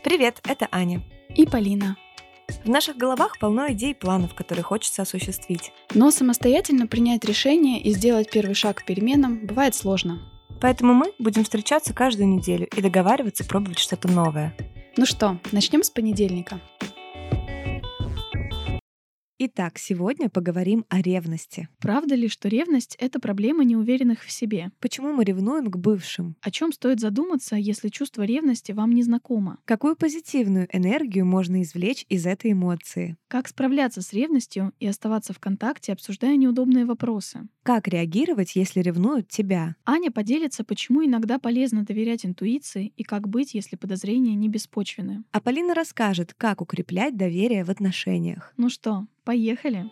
Привет, это Аня. И Полина. В наших головах полно идей и планов, которые хочется осуществить. Но самостоятельно принять решение и сделать первый шаг к переменам бывает сложно. Поэтому мы будем встречаться каждую неделю и договариваться пробовать что-то новое. Ну что, начнем с понедельника. Итак, сегодня поговорим о ревности. Правда ли, что ревность — это проблема неуверенных в себе? Почему мы ревнуем к бывшим? О чем стоит задуматься, если чувство ревности вам не знакомо? Какую позитивную энергию можно извлечь из этой эмоции? Как справляться с ревностью и оставаться в контакте, обсуждая неудобные вопросы? Как реагировать, если ревнуют тебя? Аня поделится, почему иногда полезно доверять интуиции и как быть, если подозрения не беспочвены. А Полина расскажет, как укреплять доверие в отношениях. Ну что, поехали?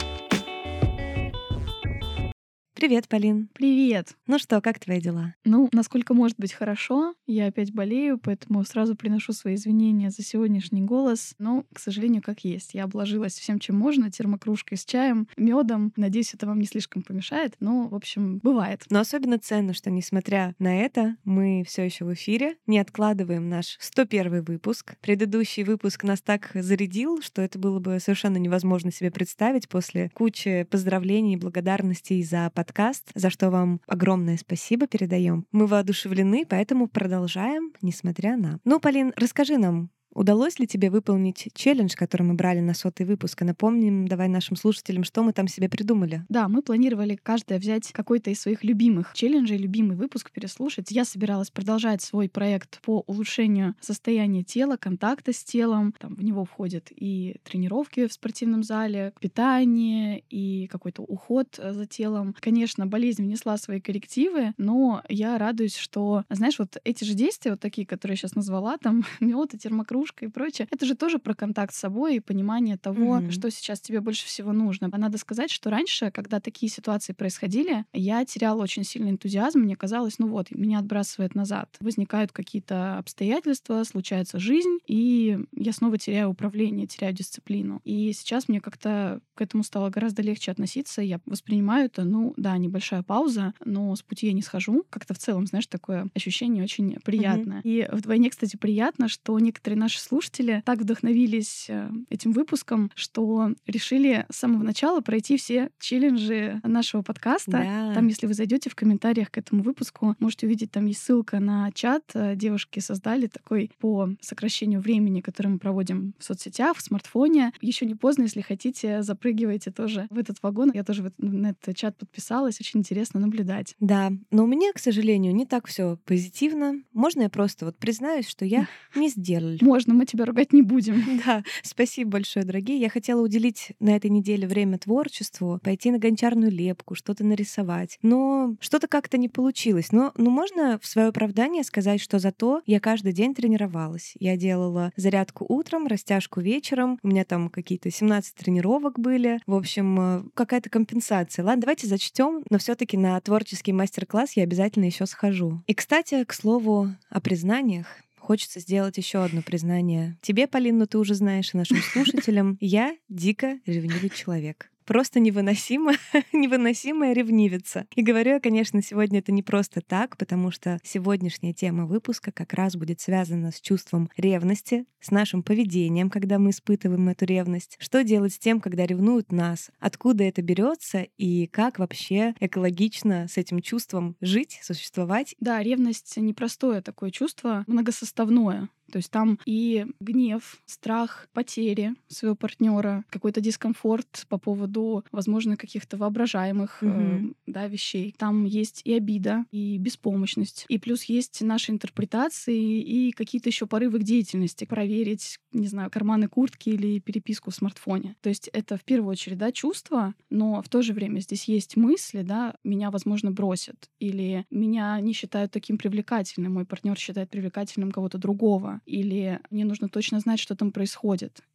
Привет, Полин. Привет! Ну что, как твои дела? Ну, насколько может быть хорошо. Я опять болею, поэтому сразу приношу свои извинения за сегодняшний голос. Но, к сожалению, как есть. Я обложилась всем, чем можно, термокружкой с чаем, медом. Надеюсь, это вам не слишком помешает. Но, в общем, бывает. Но особенно ценно, что, несмотря на это, мы все еще в эфире, не откладываем наш 101 выпуск. Предыдущий выпуск нас так зарядил, что это было бы совершенно невозможно себе представить после кучи поздравлений и благодарностей за подкаст, за что вам огромное спасибо передаем. Мы воодушевлены, поэтому продолжаем, несмотря на. Ну, Полин, расскажи нам, удалось ли тебе выполнить челлендж, который мы брали на 100-й выпуск? И напомним, давай нашим слушателям, что мы там себе придумали. Да, мы планировали каждая взять какой-то из своих любимых челленджей, любимый выпуск переслушать. Я собиралась продолжать свой проект по улучшению состояния тела, контакта с телом. Там в него входят и тренировки в спортивном зале, питание и какой-то уход за телом. Конечно, болезнь внесла свои коррективы, но я радуюсь, что, знаешь, вот эти же действия, вот такие, которые я сейчас назвала, там, мёд и термокружка и прочее, это же тоже про контакт с собой и понимание того, что сейчас тебе больше всего нужно. А надо сказать, что раньше, когда такие ситуации происходили, я теряла очень сильный энтузиазм. Мне казалось, ну вот, меня отбрасывает назад. Возникают какие-то обстоятельства, случается жизнь, и я снова теряю управление, теряю дисциплину. И сейчас мне как-то к этому стало гораздо легче относиться. Я воспринимаю это, ну да, небольшая пауза, но с пути я не схожу. Как-то в целом, знаешь, такое ощущение очень приятное. И вдвойне, кстати, приятно, что некоторые наши слушатели так вдохновились этим выпуском, что решили с самого начала пройти все челленджи нашего подкаста. Да. Там, если вы зайдете в комментариях к этому выпуску, можете увидеть, там есть ссылка на чат. Девушки создали такой по сокращению времени, которое мы проводим в соцсетях, в смартфоне. Еще не поздно, если хотите, запрыгивайте тоже в этот вагон. Я тоже на этот чат подписалась. Очень интересно наблюдать. Да, но у меня, к сожалению, не так все позитивно. Можно я просто вот признаюсь, что я не сделал. Можно, мы тебя ругать не будем. Да, спасибо большое, дорогие. Я хотела уделить на этой неделе время творчеству, пойти на гончарную лепку, что-то нарисовать. Но что-то как-то не получилось. Но можно в свое оправдание сказать, что зато я каждый день тренировалась. Я делала зарядку утром, растяжку вечером. У меня там какие-то 17 тренировок были. В общем, какая-то компенсация. Ладно, давайте зачтем, но все-таки на творческий мастер-класс я обязательно еще схожу. И, кстати, к слову о признаниях. Хочется сделать еще одно признание. Тебе, Полин, ну ты уже знаешь, и нашим слушателям. Я дико ревнивый человек. Просто невыносимая ревнивица. И говорю я, конечно, сегодня это не просто так, потому что сегодняшняя тема выпуска как раз будет связана с чувством ревности, с нашим поведением, когда мы испытываем эту ревность. Что делать с тем, когда ревнуют нас? Откуда это берется и как вообще экологично с этим чувством жить, существовать? Да, ревность — непростое такое чувство, многосоставное. То есть там и гнев, страх потери своего партнера, какой-то дискомфорт по поводу, возможно, каких-то воображаемых вещей. Там есть и обида, и беспомощность. И плюс есть наши интерпретации и какие-то еще порывы к деятельности. Проверить, не знаю, карманы куртки или переписку в смартфоне. То есть это в первую очередь, да, чувства, но в то же время здесь есть мысли, да, меня, возможно, бросят, или меня не считают таким привлекательным, мой партнер считает привлекательным кого-то другого, или мне нужно точно знать, что там происходит.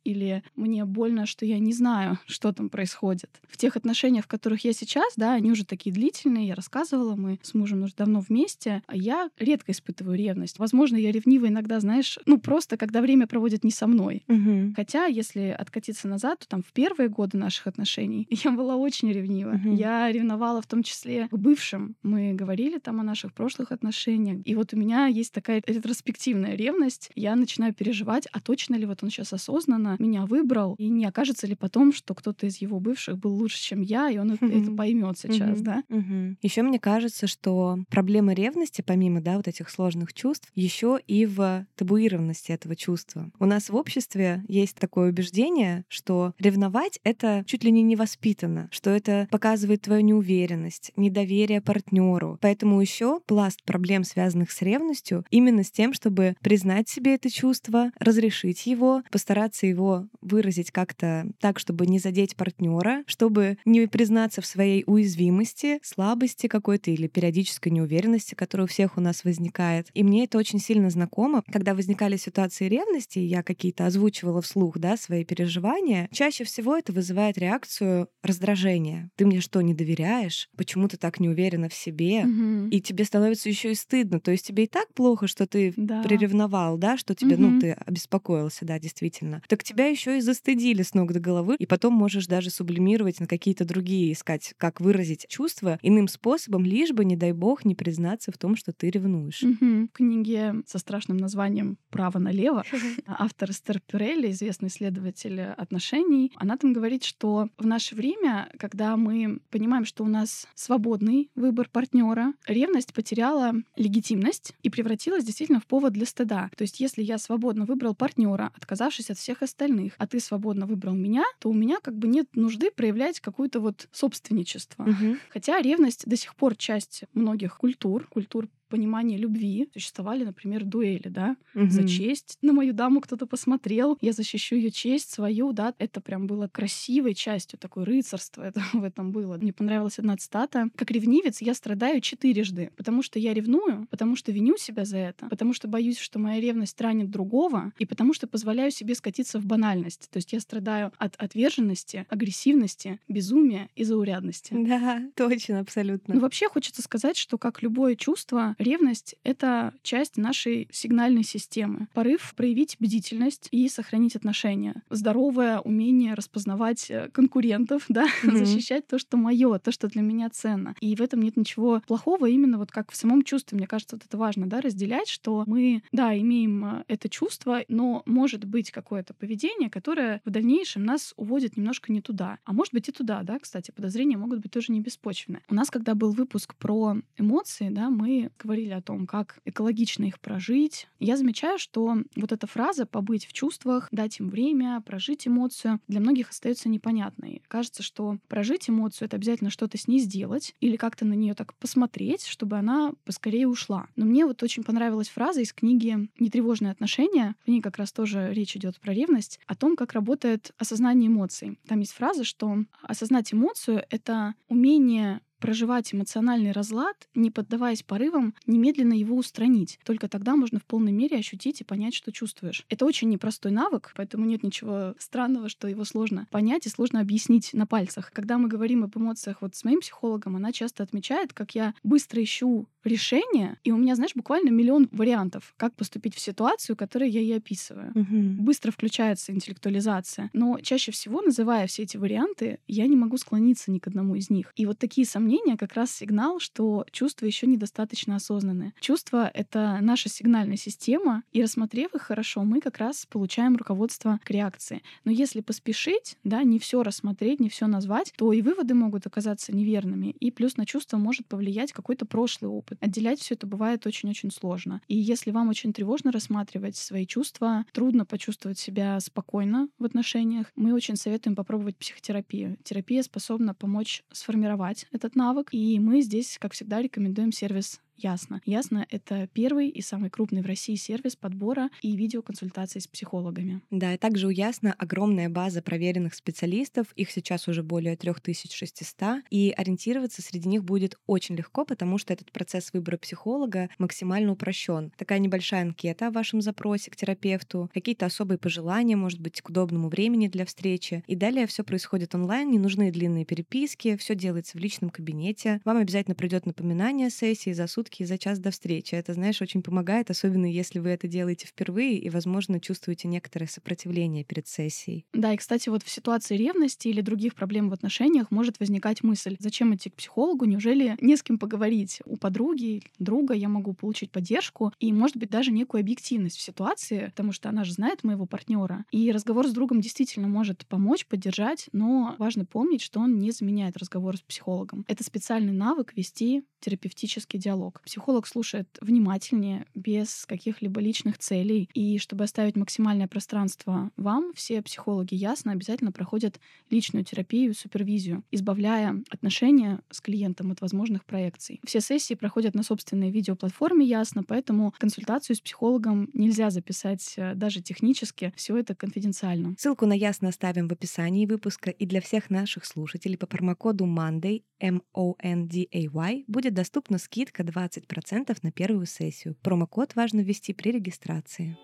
или мне больно, что я не знаю, что там происходит. В тех отношениях, в которых я сейчас, да, они уже такие длительные, я рассказывала, мы с мужем уже давно вместе, а я редко испытываю ревность. Возможно, я ревнива иногда, знаешь, просто когда время проводит не со мной. Хотя, если откатиться назад, то там в первые годы наших отношений я была очень ревнива. Я ревновала в том числе к бывшим. Мы говорили там о наших прошлых отношениях. И вот у меня есть такая ретроспективная ревность. Я начинаю переживать, а точно ли вот он сейчас осознанно меня выбрал, и не окажется ли потом, что кто-то из его бывших был лучше, чем я, и он это поймет сейчас, да? Еще мне кажется, что проблема ревности, помимо, да, вот этих сложных чувств, еще и в табуированности этого чувства. У нас в обществе есть такое убеждение, что ревновать — это чуть ли не невоспитанно, что это показывает твою неуверенность, недоверие партнеру. Поэтому еще пласт проблем, связанных с ревностью, именно с тем, чтобы признать себе это чувство, разрешить его, постараться его выразить как-то так, чтобы не задеть партнера, чтобы не признаться в своей уязвимости, слабости какой-то или периодической неуверенности, которая у всех у нас возникает. И мне это очень сильно знакомо. Когда возникали ситуации ревности, я какие-то озвучивала вслух, да, свои переживания, чаще всего это вызывает реакцию раздражения. Ты мне что, не доверяешь? Почему ты так не уверена в себе? И тебе становится еще и стыдно. То есть тебе и так плохо, что ты приревновал, да, что тебе, ты обеспокоился, да, действительно. Так тебя еще и застыдили с ног до головы, и потом можешь даже сублимировать на какие-то другие, искать, как выразить чувства иным способом, лишь бы, не дай бог, не признаться в том, что ты ревнуешь. В книге со страшным названием «Право налево» автор Эстер Перелли, известный исследователь отношений, она там говорит, что в наше время, когда мы понимаем, что у нас свободный выбор партнера, ревность потеряла легитимность и превратилась действительно в повод для стыда. То есть, если я свободно выбрал партнера, отказавшись от всех остальных, а ты свободно выбрал меня, то у меня как бы нет нужды проявлять какое-то вот собственничество. Хотя ревность до сих пор часть многих культур понимания любви. Существовали, например, дуэли, да, за честь. На мою даму кто-то посмотрел, я защищу ее честь свою, да. Это прям было красивой частью, такое рыцарство это в этом было. Мне понравилась одна цитата. Как ревнивец я страдаю 4 потому что я ревную, потому что виню себя за это, потому что боюсь, что моя ревность ранит другого, и потому что позволяю себе скатиться в банальность. То есть я страдаю от отверженности, агрессивности, безумия и заурядности. Да, точно, абсолютно. Ну, вообще хочется сказать, что как любое чувство, ревность — это часть нашей сигнальной системы. Порыв проявить бдительность и сохранить отношения. Здоровое умение распознавать конкурентов, да, защищать то, что мое, то, что для меня ценно. И в этом нет ничего плохого, именно вот как в самом чувстве. Мне кажется, вот это важно, да, разделять, что мы, да, имеем это чувство, но может быть какое-то поведение, которое в дальнейшем нас уводит немножко не туда. А может быть и туда, да, кстати, подозрения могут быть тоже не беспочвенны. У нас, когда был выпуск про эмоции, да, мы говорили о том, как экологично их прожить. Я замечаю, что вот эта фраза «побыть в чувствах», «дать им время», «прожить эмоцию» для многих остается непонятной. Кажется, что прожить эмоцию — это обязательно что-то с ней сделать или как-то на нее так посмотреть, чтобы она поскорее ушла. Но мне вот очень понравилась фраза из книги «Нетревожные отношения». В ней как раз тоже речь идет про ревность, о том, как работает осознание эмоций. Там есть фраза, что осознать эмоцию — это умение проживать эмоциональный разлад, не поддаваясь порывам, немедленно его устранить. Только тогда можно в полной мере ощутить и понять, что чувствуешь. Это очень непростой навык, поэтому нет ничего странного, что его сложно понять и сложно объяснить на пальцах. Когда мы говорим об эмоциях вот с моим психологом, она часто отмечает, как я быстро ищу решение, и у меня, знаешь, буквально миллион вариантов, как поступить в ситуацию, которую я ей описываю. Быстро включается интеллектуализация, но чаще всего, называя все эти варианты, я не могу склониться ни к одному из них. И вот такие сомнения как раз сигнал, что чувства еще недостаточно осознаны. Чувства — это наша сигнальная система, и рассмотрев их хорошо, мы как раз получаем руководство к реакции. Но если поспешить, да, не все рассмотреть, не все назвать, то и выводы могут оказаться неверными, и плюс на чувства может повлиять какой-то прошлый опыт. Отделять все это бывает очень-очень сложно. И если вам очень тревожно рассматривать свои чувства, трудно почувствовать себя спокойно в отношениях, мы очень советуем попробовать психотерапию. Терапия способна помочь сформировать этот навык, и мы здесь, как всегда, рекомендуем сервис Ясно. Ясно — это первый и самый крупный в России сервис подбора и видеоконсультаций с психологами. Да, и также у Ясно огромная база проверенных специалистов, их сейчас уже более 3600, и ориентироваться среди них будет очень легко, потому что этот процесс выбора психолога максимально упрощен. Такая небольшая анкета о вашем запросе к терапевту, какие-то особые пожелания, может быть, к удобному времени для встречи. И далее все происходит онлайн, не нужны длинные переписки, все делается в личном кабинете. Вам обязательно придет напоминание о сессии за сутки и за час до встречи. Это, знаешь, очень помогает, особенно если вы это делаете впервые и, возможно, чувствуете некоторое сопротивление перед сессией. Да, и, кстати, вот в ситуации ревности или других проблем в отношениях может возникать мысль: зачем идти к психологу, неужели не с кем поговорить? У подруги, друга я могу получить поддержку и, может быть, даже некую объективность в ситуации, потому что она же знает моего партнера. И разговор с другом действительно может помочь, поддержать, но важно помнить, что он не заменяет разговор с психологом. Это специальный навык вести терапевтический диалог. Психолог слушает внимательнее, без каких-либо личных целей. И чтобы оставить максимальное пространство вам, все психологи Ясно обязательно проходят личную терапию, супервизию, избавляя отношения с клиентом от возможных проекций. Все сессии проходят на собственной видеоплатформе Ясно, поэтому консультацию с психологом нельзя записать даже технически. Все это конфиденциально. Ссылку на Ясно оставим в описании выпуска, и для всех наших слушателей по промокоду MONDAY, MONDAY, будет доступна скидка 20% на первую сессию. Промокод важно ввести при регистрации.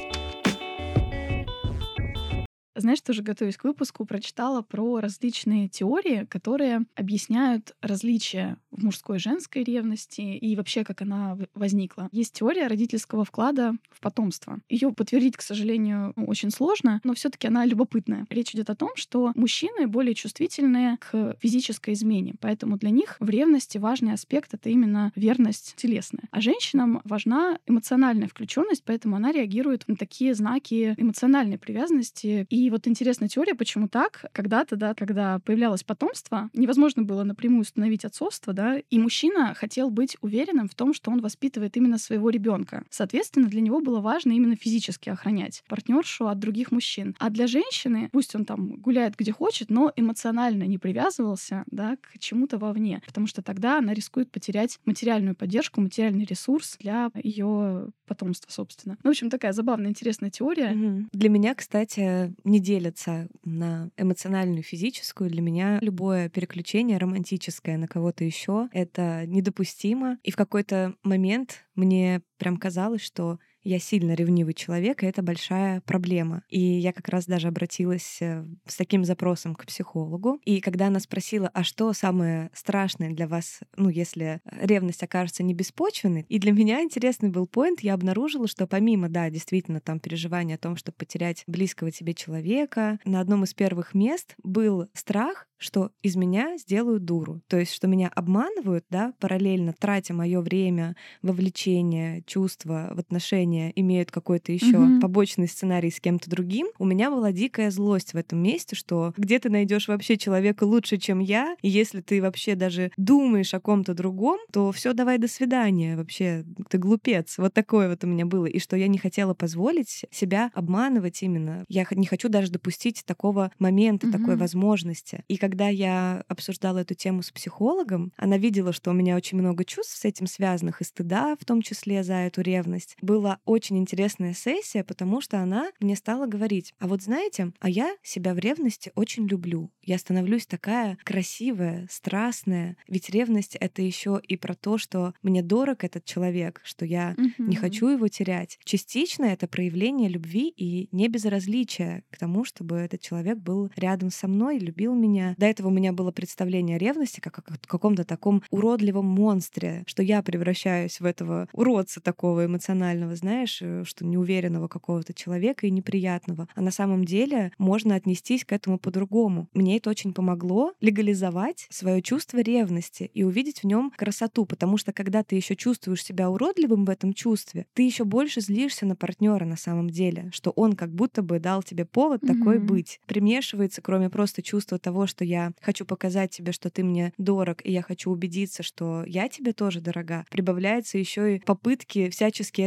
Знаешь, тоже готовясь к выпуску, прочитала про различные теории, которые объясняют различия в мужской и женской ревности и вообще, как она возникла. Есть теория родительского вклада в потомство. Ее подтвердить, к сожалению, очень сложно, но все-таки она любопытная. Речь идет о том, что мужчины более чувствительные к физической измене, поэтому для них в ревности важный аспект — это именно верность телесная. А женщинам важна эмоциональная включенность, поэтому она реагирует на такие знаки эмоциональной привязанности. И вот интересная теория, почему так. Когда-то, да, когда появлялось потомство, невозможно было напрямую установить отцовство, да, и мужчина хотел быть уверенным в том, что он воспитывает именно своего ребенка. Соответственно, для него было важно именно физически охранять партнершу от других мужчин. А для женщины, пусть он там гуляет где хочет, но эмоционально не привязывался, да, к чему-то вовне, потому что тогда она рискует потерять материальную поддержку, материальный ресурс для ее потомства, собственно. Ну, в общем, такая забавная, интересная теория. Для меня, кстати, не делятся на эмоциональную и физическую. Для меня любое переключение романтическое на кого-то еще — это недопустимо. И в какой-то момент мне прям казалось, что я сильно ревнивый человек, и это большая проблема. И я как раз даже обратилась с таким запросом к психологу. И когда она спросила, а что самое страшное для вас, ну, если ревность окажется не беспочвенной, и для меня интересный был поинт, я обнаружила, что помимо, да, действительно, там переживания о том, чтобы потерять близкого тебе человека, на одном из первых мест был страх, что из меня сделают дуру. То есть, что меня обманывают, да, параллельно тратя мое время, вовлечение, чувства в отношения, имеют какой-то еще побочный сценарий с кем-то другим. У меня была дикая злость в этом месте, что где ты найдешь вообще человека лучше, чем я, и если ты вообще даже думаешь о ком-то другом, то все, давай, до свидания, вообще ты глупец. Вот такое вот у меня было. И что я не хотела позволить себя обманывать именно. Я не хочу даже допустить такого момента, такой возможности. И когда я обсуждала эту тему с психологом, она видела, что у меня очень много чувств с этим связанных, и стыда, в том числе за эту ревность. Была очень интересная сессия, потому что она мне стала говорить: а вот знаете, а я себя в ревности очень люблю. Я становлюсь такая красивая, страстная. Ведь ревность — это еще и про то, что мне дорог этот человек, что я не хочу его терять. Частично это проявление любви и небезразличия к тому, чтобы этот человек был рядом со мной, любил меня. До этого у меня было представление о ревности как о каком-то таком уродливом монстре, что я превращаюсь в этого уродца такого эмоционального, знаешь, что неуверенного какого-то человека и неприятного. А на самом деле можно отнестись к этому по-другому. Мне это очень помогло легализовать свое чувство ревности и увидеть в нем красоту, потому что когда ты еще чувствуешь себя уродливым в этом чувстве, ты еще больше злишься на партнера на самом деле, что он как будто бы дал тебе повод такой быть. Примешивается, кроме просто чувства того, что я хочу показать тебе, что ты мне дорог, и я хочу убедиться, что я тебе тоже дорога, прибавляется еще и попытки всячески это скрыть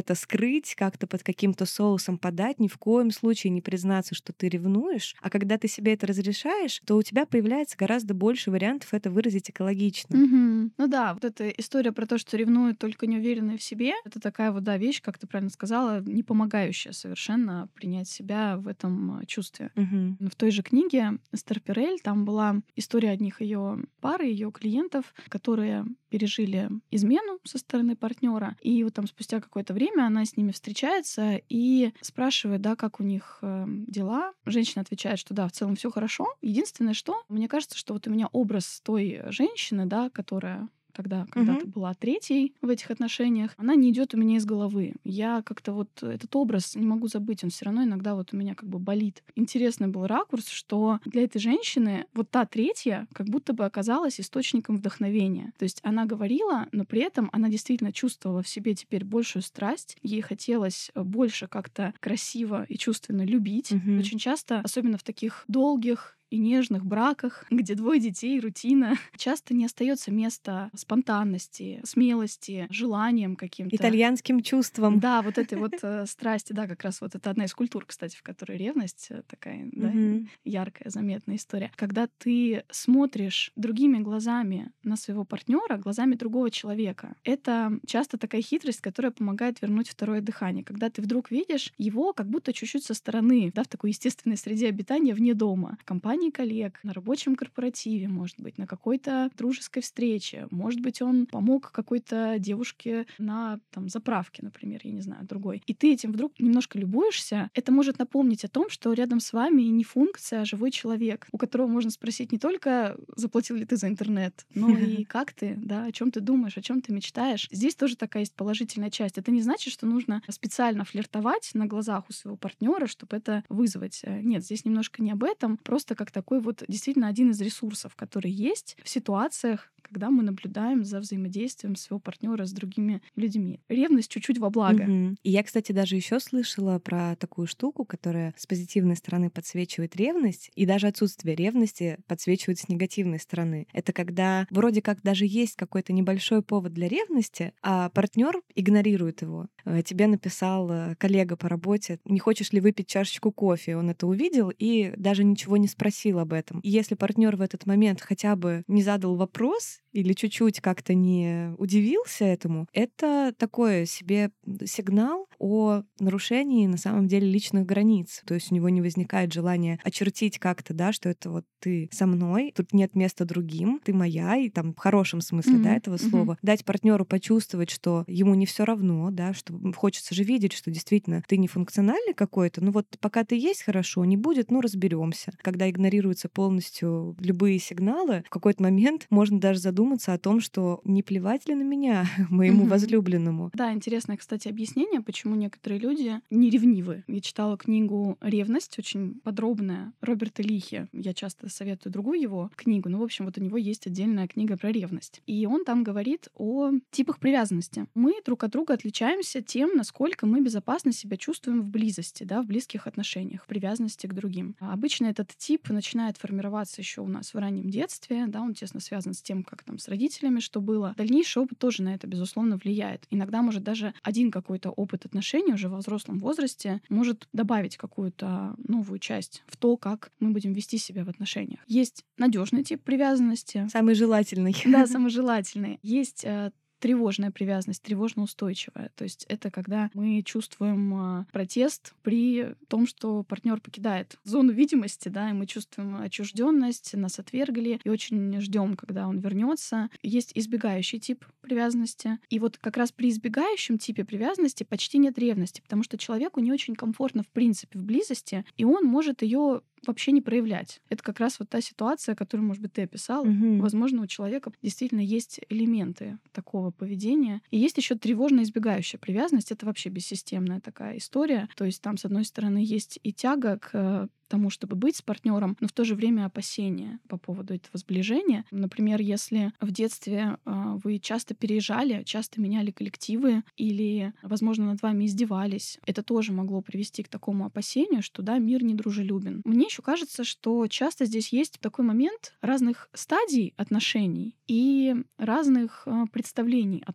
скрыть, как-то под каким-то соусом подать, ни в коем случае не признаться, что ты ревнуешь. А когда ты себе это разрешаешь, то у тебя появляется гораздо больше вариантов это выразить экологично. Мгм. Ну да, вот эта история про то, что ревнуют только неуверенные в себе, это такая вот, да, вещь, как ты правильно сказала, не помогающая совершенно принять себя в этом чувстве. Мгм. В той же книге Эстер Перель там была история одних ее пары, ее клиентов, которые пережили измену со стороны партнера, и вот там спустя какое-то время она с ними встречается и спрашивает, да, как у них дела. Женщина отвечает, что да, в целом все хорошо. Единственное, что мне кажется, что вот у меня образ той женщины, да, которая тогда когда-то Мгм. была третьей в этих отношениях, она не идет у меня из головы. Я как-то вот этот образ не могу забыть, он все равно иногда вот у меня как бы болит. Интересный был ракурс, что для этой женщины вот та третья как будто бы оказалась источником вдохновения. То есть она говорила, но при этом она действительно чувствовала в себе теперь большую страсть, ей хотелось больше как-то красиво и чувственно любить. Мгм. Очень часто, особенно в таких долгих и нежных браках, где двое детей, рутина, часто не остается места спонтанности, смелости, желаниям каким-то. Итальянским чувством. Да, вот этой вот страсти, да, как раз вот это одна из культур, кстати, в которой ревность такая, да, Мгм. яркая, заметная история. Когда ты смотришь другими глазами на своего партнера, глазами другого человека, это часто такая хитрость, которая помогает вернуть второе дыхание. Когда ты вдруг видишь его как будто чуть-чуть со стороны, да, в такой естественной среде обитания вне дома, в компании коллег, на рабочем корпоративе, может быть, на какой-то дружеской встрече, может быть, он помог какой-то девушке на там заправке, например, я не знаю, другой. И ты этим вдруг немножко любуешься, это может напомнить о том, что рядом с вами не функция, а живой человек, у которого можно спросить не только, заплатил ли ты за интернет, но и как ты, да, о чем ты думаешь, о чем ты мечтаешь. Здесь тоже такая есть положительная часть. Это не значит, что нужно специально флиртовать на глазах у своего партнера, чтобы это вызвать. Нет, здесь немножко не об этом, просто как такой вот действительно один из ресурсов, который есть в ситуациях, когда мы наблюдаем за взаимодействием своего партнера с другими людьми. Ревность чуть-чуть во благо. Мгм. И я, кстати, даже еще слышала про такую штуку, которая с позитивной стороны подсвечивает ревность, и даже отсутствие ревности подсвечивает с негативной стороны. Это когда вроде как даже есть какой-то небольшой повод для ревности, а партнер игнорирует его. Тебе написал коллега по работе, не хочешь ли выпить чашечку кофе? Он это увидел и даже ничего не спросил об этом. И если партнер в этот момент хотя бы не задал вопрос или чуть-чуть как-то не удивился этому, это такой себе сигнал о нарушении на самом деле личных границ. То есть у него не возникает желания очертить как-то, да, что это вот ты со мной, тут нет места другим, ты моя, и там в хорошем смысле, да, этого слова. Дать партнеру почувствовать, что ему не все равно, да, что хочется же видеть, что действительно ты не функциональный какой-то, ну вот пока ты есть, хорошо, не будет, ну разберемся. Когда игнорируются полностью любые сигналы, в какой-то момент можно даже задуматься о том, что не плевать ли на меня, моему возлюбленному. Да, интересное, кстати, объяснение, почему некоторые люди не ревнивы. Я читала книгу «Ревность», очень подробная, Роберта Лихи. Я часто советую другую его книгу, но, в общем, вот у него есть отдельная книга про ревность. И он там говорит о типах привязанности. Мы друг от друга отличаемся тем, насколько мы безопасно себя чувствуем в близости, да, в близких отношениях, в привязанности к другим. А обычно этот тип начинает формироваться еще у нас в раннем детстве, да, он тесно связан с тем, как там с родителями что было. Дальнейший опыт тоже на это, безусловно, влияет. Иногда, может, даже один какой-то опыт отношений уже во взрослом возрасте может добавить какую-то новую часть в то, как мы будем вести себя в отношениях. Есть надежный тип привязанности. Самый желательный. Да, самый желательный. Есть тревожная привязанность, тревожно-устойчивая. То есть это когда мы чувствуем протест при том, что партнер покидает зону видимости, да, и мы чувствуем отчужденность, нас отвергли, и очень ждем, когда он вернется. Есть избегающий тип привязанности. И вот как раз при избегающем типе привязанности почти нет ревности, потому что человеку не очень комфортно в принципе в близости, и он может ее вообще не проявлять. Это как раз вот та ситуация, которую, может быть, ты описала. Возможно, у человека действительно есть элементы такого поведения. И есть еще тревожно-избегающая привязанность. Это вообще бессистемная такая история. То есть там, с одной стороны, есть и тяга к тому, чтобы быть с партнером, но в то же время опасения по поводу этого сближения. Например, если в детстве вы часто переезжали, часто меняли коллективы или, возможно, над вами издевались, это тоже могло привести к такому опасению, что, да, мир недружелюбен. Мне еще кажется, что часто здесь есть такой момент разных стадий отношений и разных представлений о том,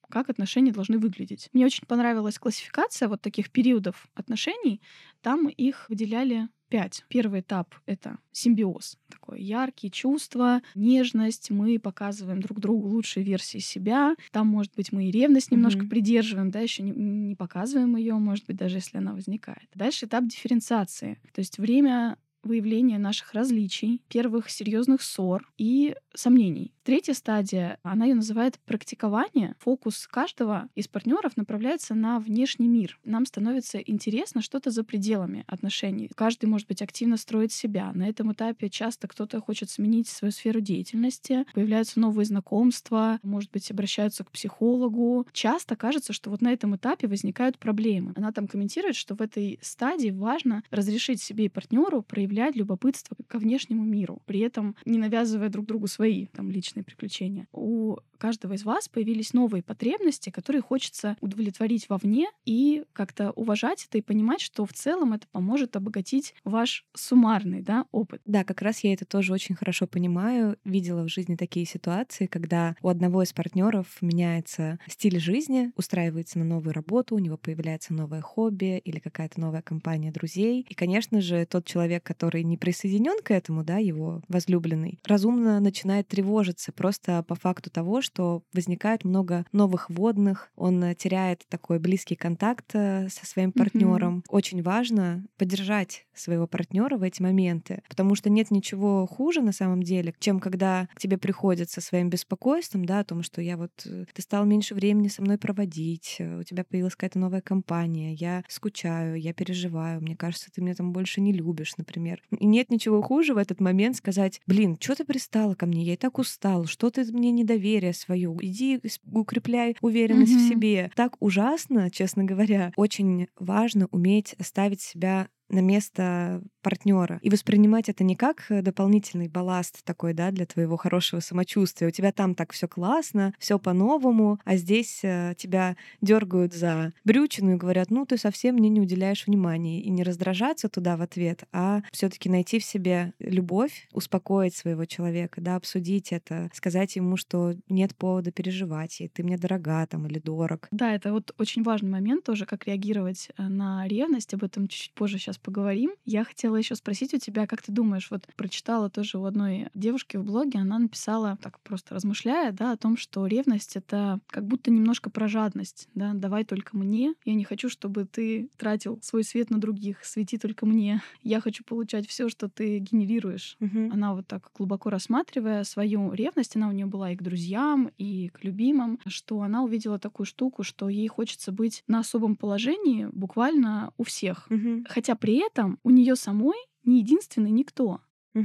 как отношения должны выглядеть. Мне очень понравилась классификация вот таких периодов отношений. Там их выделяли 5. Первый этап — это симбиоз. Такое яркие чувства, нежность. Мы показываем друг другу лучшие версии себя. Там, может быть, мы и ревность немножко Мгм. придерживаем, да, еще не показываем ее, может быть, даже если она возникает. Дальше этап дифференциации. То есть время выявления наших различий, первых серьезных ссор и сомнений. Третья стадия, она ее называет практикование. Фокус каждого из партнеров направляется на внешний мир. Нам становится интересно что-то за пределами отношений. Каждый, может быть, активно строит себя. На этом этапе часто кто-то хочет сменить свою сферу деятельности, появляются новые знакомства, может быть, обращаются к психологу. Часто кажется, что вот на этом этапе возникают проблемы. Она там комментирует, что в этой стадии важно разрешить себе и партнеру проявлять любопытство ко внешнему миру, при этом не навязывая друг другу свои там личные приключения. У каждого из вас появились новые потребности, которые хочется удовлетворить вовне и как-то уважать это и понимать, что в целом это поможет обогатить ваш суммарный, да, опыт. Да, как раз я это тоже очень хорошо понимаю. Видела в жизни такие ситуации, когда у одного из партнеров меняется стиль жизни, устраивается на новую работу, у него появляется новое хобби или какая-то новая компания друзей. И, конечно же, тот человек, который не присоединен к этому, да, его возлюбленный, разумно начинает тревожиться просто по факту того, что возникает много новых водных, он теряет такой близкий контакт со своим партнером. Очень важно поддержать своего партнера в эти моменты, потому что нет ничего хуже на самом деле, чем когда к тебе приходят со своим беспокойством, да, о том, что ты стал меньше времени со мной проводить, у тебя появилась какая-то новая компания, я скучаю, я переживаю, мне кажется, ты меня там больше не любишь, например. И нет ничего хуже в этот момент сказать: блин, что ты пристала ко мне, я и так устал, что ты мне недоверие свое, иди укрепляй уверенность в себе. Так ужасно, честно говоря. Очень важно уметь ставить себя на место партнера и воспринимать это не как дополнительный балласт такой, да, для твоего хорошего самочувствия. У тебя там так все классно, все по-новому, а здесь тебя дергают за брючину и говорят: ну, ты совсем мне не уделяешь внимания. И не раздражаться туда в ответ, а все-таки найти в себе любовь, успокоить своего человека, да, обсудить это, сказать ему, что нет повода переживать, и ты мне дорога там или дорог. Да, это вот очень важный момент тоже, как реагировать на ревность. Об этом чуть-чуть позже сейчас поговорим. Я хотела еще спросить у тебя, как ты думаешь, вот прочитала тоже у одной девушки в блоге, она написала, так просто размышляя, да, о том, что ревность — это как будто немножко про жадность, да, давай только мне, я не хочу, чтобы ты тратил свой свет на других, свети только мне, я хочу получать все, что ты генерируешь. Она вот так глубоко рассматривая свою ревность, она у нее была и к друзьям, и к любимым, что она увидела такую штуку, что ей хочется быть на особом положении буквально у всех. Хотя при этом у нее самой не единственный никто.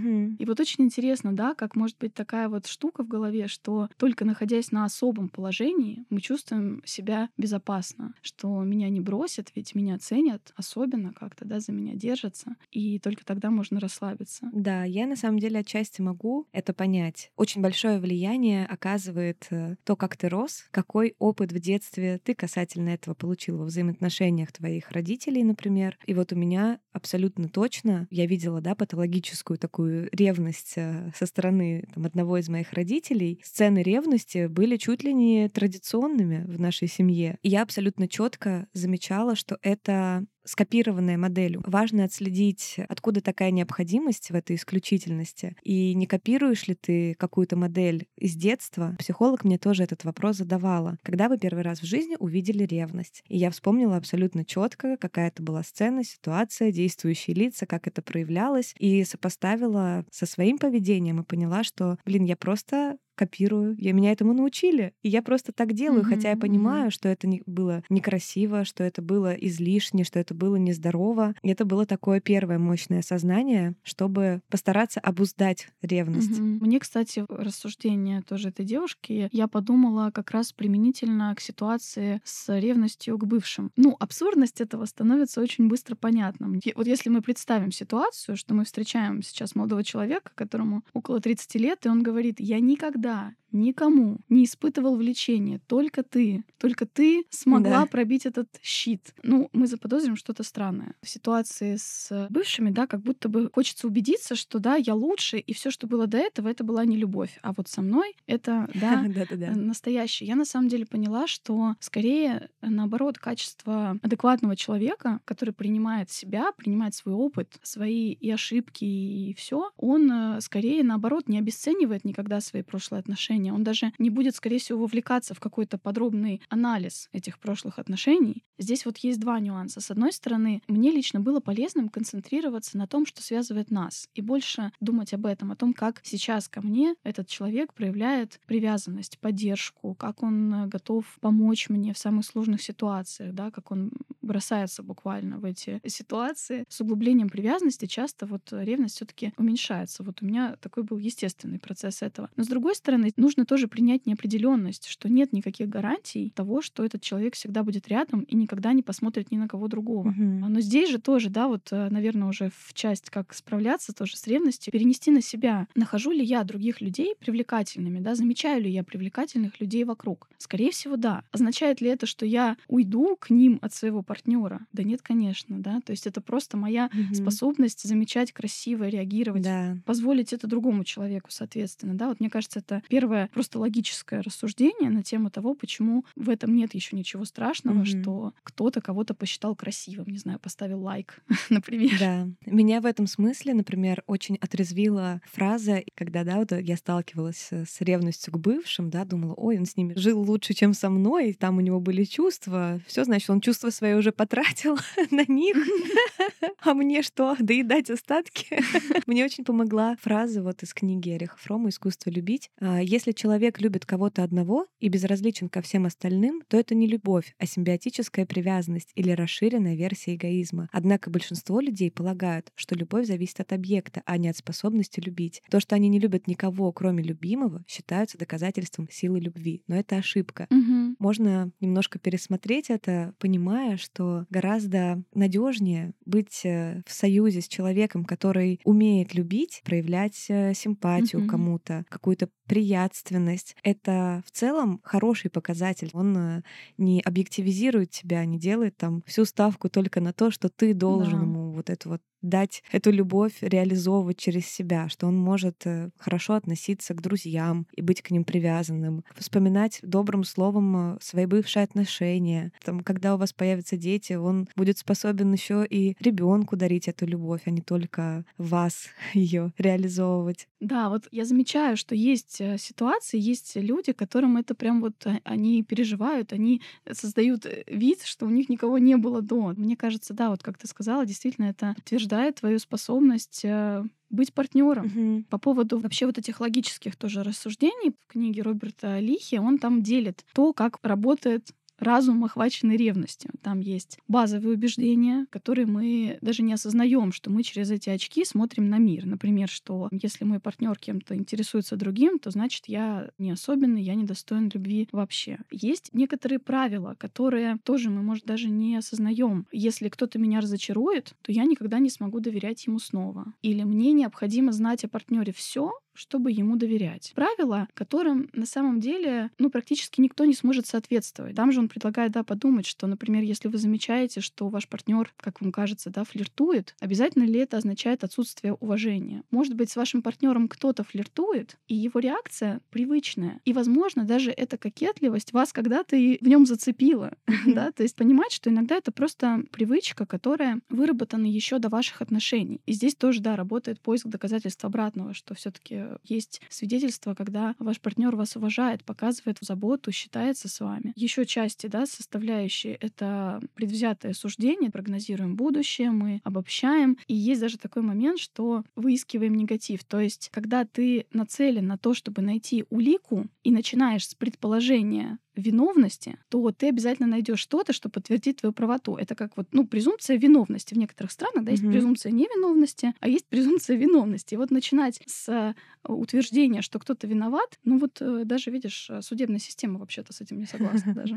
И вот очень интересно, да, как может быть такая вот штука в голове, что только находясь на особом положении, мы чувствуем себя безопасно, что меня не бросят, ведь меня ценят особенно как-то, да, за меня держатся, и только тогда можно расслабиться. Да, я на самом деле отчасти могу это понять. Очень большое влияние оказывает то, как ты рос, какой опыт в детстве ты касательно этого получил во взаимоотношениях твоих родителей, например. И вот у меня абсолютно точно, я видела, да, патологическую такую ревность со стороны одного из моих родителей. Сцены ревности были чуть ли не традиционными в нашей семье. И я абсолютно четко замечала, что это скопированная модель. Важно отследить, откуда такая необходимость в этой исключительности. И не копируешь ли ты какую-то модель из детства? Психолог мне тоже этот вопрос задавала. Когда вы первый раз в жизни увидели ревность? И я вспомнила абсолютно четко, какая это была сцена, ситуация, действующие лица, как это проявлялось, и сопоставила со своим поведением и поняла, что, я просто копирую. Меня этому научили. И я просто так делаю, хотя я понимаю, что это было некрасиво, что это было излишне, что это было нездорово. И это было такое первое мощное сознание, чтобы постараться обуздать ревность. Мне, кстати, рассуждение тоже этой девушки, я подумала как раз применительно к ситуации с ревностью к бывшим. Абсурдность этого становится очень быстро понятным. Вот если мы представим ситуацию, что мы встречаем сейчас молодого человека, которому около 30 лет, и он говорит: я никогда никому не испытывал влечения, только ты. Только ты смогла Да. пробить этот щит. Ну, мы заподозрим что-то странное. В ситуации с бывшими, да, как будто бы хочется убедиться, что да, я лучше, и все, что было до этого, это была не любовь. А вот со мной это, да, Да-да-да. настоящее. Я на самом деле поняла, что скорее, наоборот, качество адекватного человека, который принимает себя, принимает свой опыт, свои и ошибки, и все, он скорее, наоборот, не обесценивает никогда свои прошлые отношения. Он даже не будет, скорее всего, вовлекаться в какой-то подробный анализ этих прошлых отношений. Здесь вот есть два нюанса. С одной стороны, мне лично было полезным концентрироваться на том, что связывает нас, и больше думать об этом, о том, как сейчас ко мне этот человек проявляет привязанность, поддержку, как он готов помочь мне в самых сложных ситуациях, да, как он бросается буквально в эти ситуации. С углублением привязанности часто вот ревность все таки уменьшается. Вот у меня такой был естественный процесс этого. Но с другой стороны, нужно тоже принять неопределенность, что нет никаких гарантий того, что этот человек всегда будет рядом и никогда не посмотрит ни на кого другого. Мгм. Но здесь же тоже, да, вот, наверное, уже в часть, как справляться тоже с ревностью, перенести на себя. Нахожу ли я других людей привлекательными, да, замечаю ли я привлекательных людей вокруг? Скорее всего, да. Означает ли это, что я уйду к ним от своего партнера? Да нет, конечно, да. То есть это просто моя Мгм. способность замечать красиво, реагировать, Да. позволить это другому человеку, соответственно, да. Вот мне кажется, это первое просто логическое рассуждение на тему того, почему в этом нет еще ничего страшного, Мгм. что кто-то кого-то посчитал красивым, не знаю, поставил лайк, например. Да. Меня в этом смысле, например, очень отрезвила фраза, когда, да, вот я сталкивалась с ревностью к бывшим, да, думала, ой, он с ними жил лучше, чем со мной, и там у него были чувства. Все, значит, он чувства свои уже потратил на них, а мне что, доедать остатки? Мне очень помогла фраза вот из книги Эриха Фрома «Искусство любить». Если человек любит кого-то одного и безразличен ко всем остальным, то это не любовь, а симбиотическая привязанность или расширенная версия эгоизма. Однако большинство людей полагают, что любовь зависит от объекта, а не от способности любить. То, что они не любят никого, кроме любимого, считаются доказательством силы любви. Но это ошибка. Мгм. Можно немножко пересмотреть это, понимая, что гораздо надежнее быть в союзе с человеком, который умеет любить, проявлять симпатию Мгм. кому-то, какую-то приятственность. Это в целом хороший показатель. Он не объективизирует тебя, не делает там всю ставку только на то, что ты должен Да. ему вот это вот дать эту любовь реализовывать через себя, что он может хорошо относиться к друзьям и быть к ним привязанным, вспоминать добрым словом свои бывшие отношения. Там, когда у вас появятся дети, он будет способен еще и ребенку дарить эту любовь, а не только вас ее реализовывать. Да, вот я замечаю, что есть ситуации, есть люди, которым это прям вот они переживают, они создают вид, что у них никого не было до. Мне кажется, да, вот как ты сказала, действительно это подтверждает твою способность быть партнером. Мгм. По поводу вообще вот этих логических тоже рассуждений в книге Роберта Лихи, он там делит то, как работает разум, охваченный ревностью. Там есть базовые убеждения, которые мы даже не осознаем, что мы через эти очки смотрим на мир. Например, что если мой партнер кем-то интересуется другим, то значит я не особенный, я не достоин любви вообще. Есть некоторые правила, которые тоже мы, может, даже не осознаем. Если кто-то меня разочарует, то я никогда не смогу доверять ему снова. Или мне необходимо знать о партнере все, чтобы ему доверять. Правила, которым на самом деле, практически никто не сможет соответствовать. Там же он предлагает, да, подумать, что, например, если вы замечаете, что ваш партнер, как вам кажется, да, флиртует, обязательно ли это означает отсутствие уважения? Может быть, с вашим партнером кто-то флиртует, и его реакция привычная. И, возможно, даже эта кокетливость вас когда-то и в нем зацепила. Мгм. Да? То есть понимать, что иногда это просто привычка, которая выработана еще до ваших отношений. И здесь тоже, да, работает поиск доказательств обратного, что все-таки есть свидетельства, когда ваш партнер вас уважает, показывает заботу, считается с вами. Еще части, да, составляющие — это предвзятое суждение, прогнозируем будущее, мы обобщаем. И есть даже такой момент, что выискиваем негатив. То есть, когда ты нацелен на то, чтобы найти улику, и начинаешь с предположения виновности, то ты обязательно найдешь что-то, что подтвердит твою правоту. Это как вот, презумпция виновности. В некоторых странах, да, есть Мгм. презумпция невиновности, а есть презумпция виновности. И вот начинать с утверждения, что кто-то виноват, даже, видишь, судебная система вообще-то с этим не согласна даже.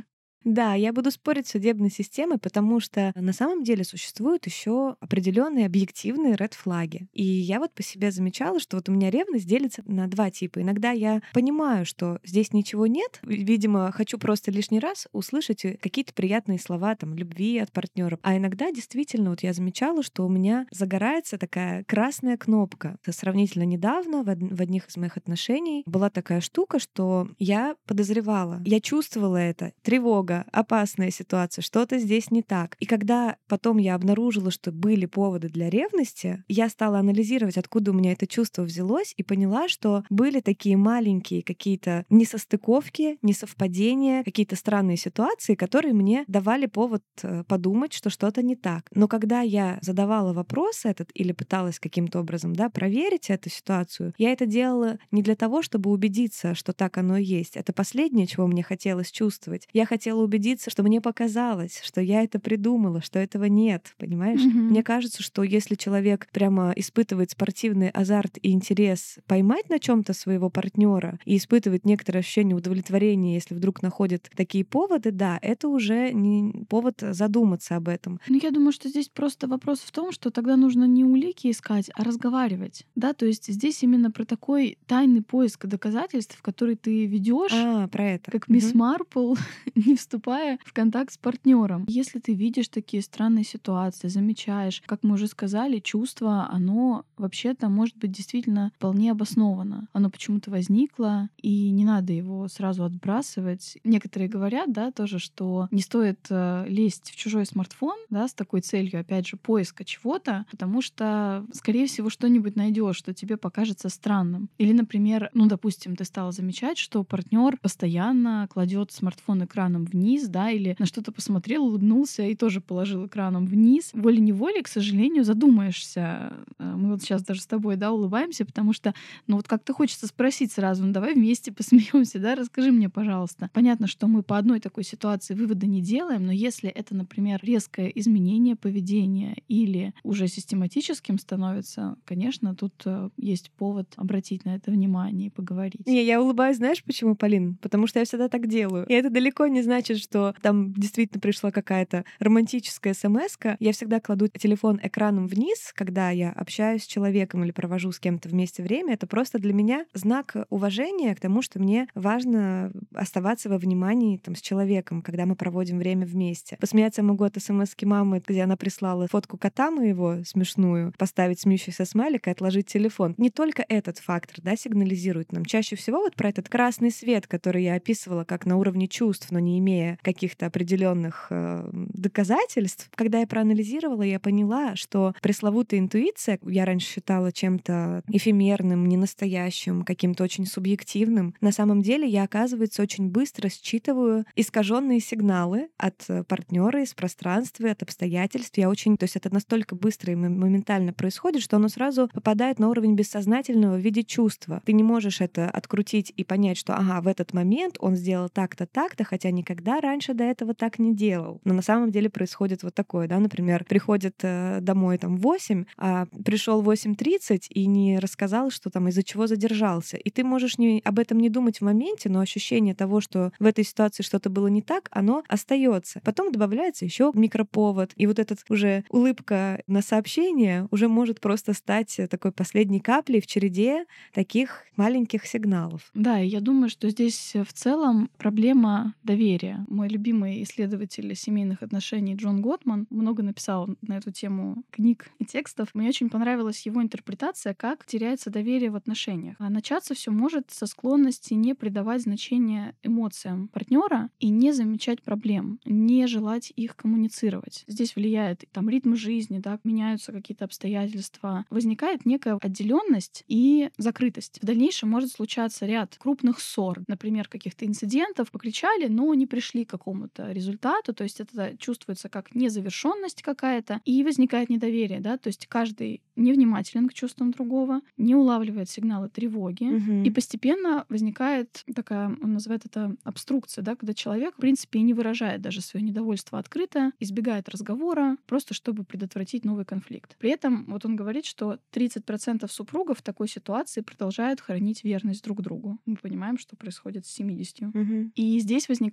Да, я буду спорить с судебной системой, потому что на самом деле существуют еще определенные объективные ред-флаги. И я вот по себе замечала, что вот у меня ревность делится на два типа. Иногда я понимаю, что здесь ничего нет, видимо, хочу просто лишний раз услышать какие-то приятные слова там любви от партнера. А иногда действительно вот я замечала, что у меня загорается такая красная кнопка. Это сравнительно недавно в одних из моих отношений была такая штука, что я подозревала, я чувствовала это, тревога, опасная ситуация, что-то здесь не так. И когда потом я обнаружила, что были поводы для ревности, я стала анализировать, откуда у меня это чувство взялось, и поняла, что были такие маленькие какие-то несостыковки, несовпадения, какие-то странные ситуации, которые мне давали повод подумать, что что-то не так. Но когда я задавала вопрос этот или пыталась каким-то образом, да, проверить эту ситуацию, я это делала не для того, чтобы убедиться, что так оно и есть. Это последнее, чего мне хотелось чувствовать. Я хотела убедиться, что мне показалось, что я это придумала, что этого нет, понимаешь? Мне кажется, что если человек прямо испытывает спортивный азарт и интерес поймать на чем-то своего партнера и испытывает некоторое ощущение удовлетворения, если вдруг находит такие поводы, да, это уже не повод задуматься об этом. Ну, я думаю, что здесь просто вопрос в том, что тогда нужно не улики искать, а разговаривать. Да, то есть здесь именно про такой тайный поиск доказательств, который ты ведешь, Про это. как мисс Марпл, не вступая в контакт с партнером. Если ты видишь такие странные ситуации, замечаешь, как мы уже сказали, чувство, оно вообще-то может быть действительно вполне обосновано. Оно почему-то возникло, и не надо его сразу отбрасывать. Некоторые говорят, да, тоже, что не стоит лезть в чужой смартфон, да, с такой целью, опять же, поиска чего-то, потому что, скорее всего, что-нибудь найдешь, что тебе покажется странным. Или, например, ну, допустим, ты стала замечать, что партнер постоянно кладет смартфон экраном вниз, да, или на что-то посмотрел, улыбнулся и тоже положил экраном вниз. Волей-неволей, к сожалению, задумаешься. Мы вот сейчас даже с тобой, да, улыбаемся, потому что, ну, вот как-то хочется спросить сразу, ну, давай вместе посмеемся, да, расскажи мне, пожалуйста. Понятно, что мы по одной такой ситуации вывода не делаем, но если это, например, резкое изменение поведения или уже систематическим становится, конечно, тут есть повод обратить на это внимание и поговорить. Не, я улыбаюсь, знаешь почему, Полин? Потому что я всегда так делаю. И это далеко не значит, что там действительно пришла какая-то романтическая смс-ка. Я всегда кладу телефон экраном вниз, когда я общаюсь с человеком или провожу с кем-то вместе время. Это просто для меня знак уважения к тому, что мне важно оставаться во внимании там, с человеком, когда мы проводим время вместе. Посмеяться я могу от смс-ки мамы, где она прислала фотку кота моего смешную, поставить смеющийся смайлик и отложить телефон. Не только этот фактор, да, сигнализирует нам. Чаще всего вот про этот красный свет, который я описывала как на уровне чувств, но не имея каких-то определенных доказательств. Когда я проанализировала, я поняла, что пресловутая интуиция, я раньше считала чем-то эфемерным, ненастоящим, каким-то очень субъективным. На самом деле я, оказывается, очень быстро считываю искаженные сигналы от партнера из пространства, от обстоятельств. То есть это настолько быстро и моментально происходит, что оно сразу попадает на уровень бессознательного в виде чувства. Ты не можешь это открутить и понять, что ага, в этот момент он сделал так-то, так-то, хотя никогда раньше до этого так не делал. Но на самом деле происходит вот такое, да, например, приходит домой там в 8, а пришел в 8:30 и не рассказал, что там из-за чего задержался. И ты можешь об этом не думать в моменте, но ощущение того, что в этой ситуации что-то было не так, оно остается. Потом добавляется еще микроповод, и вот эта уже улыбка на сообщение уже может просто стать такой последней каплей в череде таких маленьких сигналов. Да, и я думаю, что здесь в целом проблема доверия. Мой любимый исследователь семейных отношений Джон Готман много написал на эту тему книг и текстов. Мне очень понравилась его интерпретация, как теряется доверие в отношениях. А начаться все может со склонности не придавать значения эмоциям партнера и не замечать проблем, не желать их коммуницировать. Здесь влияет там ритм жизни, да, меняются какие-то обстоятельства, возникает некая отделенность и закрытость. В дальнейшем может случаться ряд крупных ссор, например, каких-то инцидентов, покричали, но не пришли к какому-то результату, то есть это чувствуется как незавершенность какая-то, и возникает недоверие, да, то есть каждый невнимателен к чувствам другого, не улавливает сигналы тревоги, и постепенно возникает такая, он называет это обструкция, да, когда человек, в принципе, и не выражает даже свое недовольство открыто, избегает разговора, просто чтобы предотвратить новый конфликт. При этом вот он говорит, что 30% супругов в такой ситуации продолжают хранить верность друг другу. Мы понимаем, что происходит с 70%. И здесь возникает еще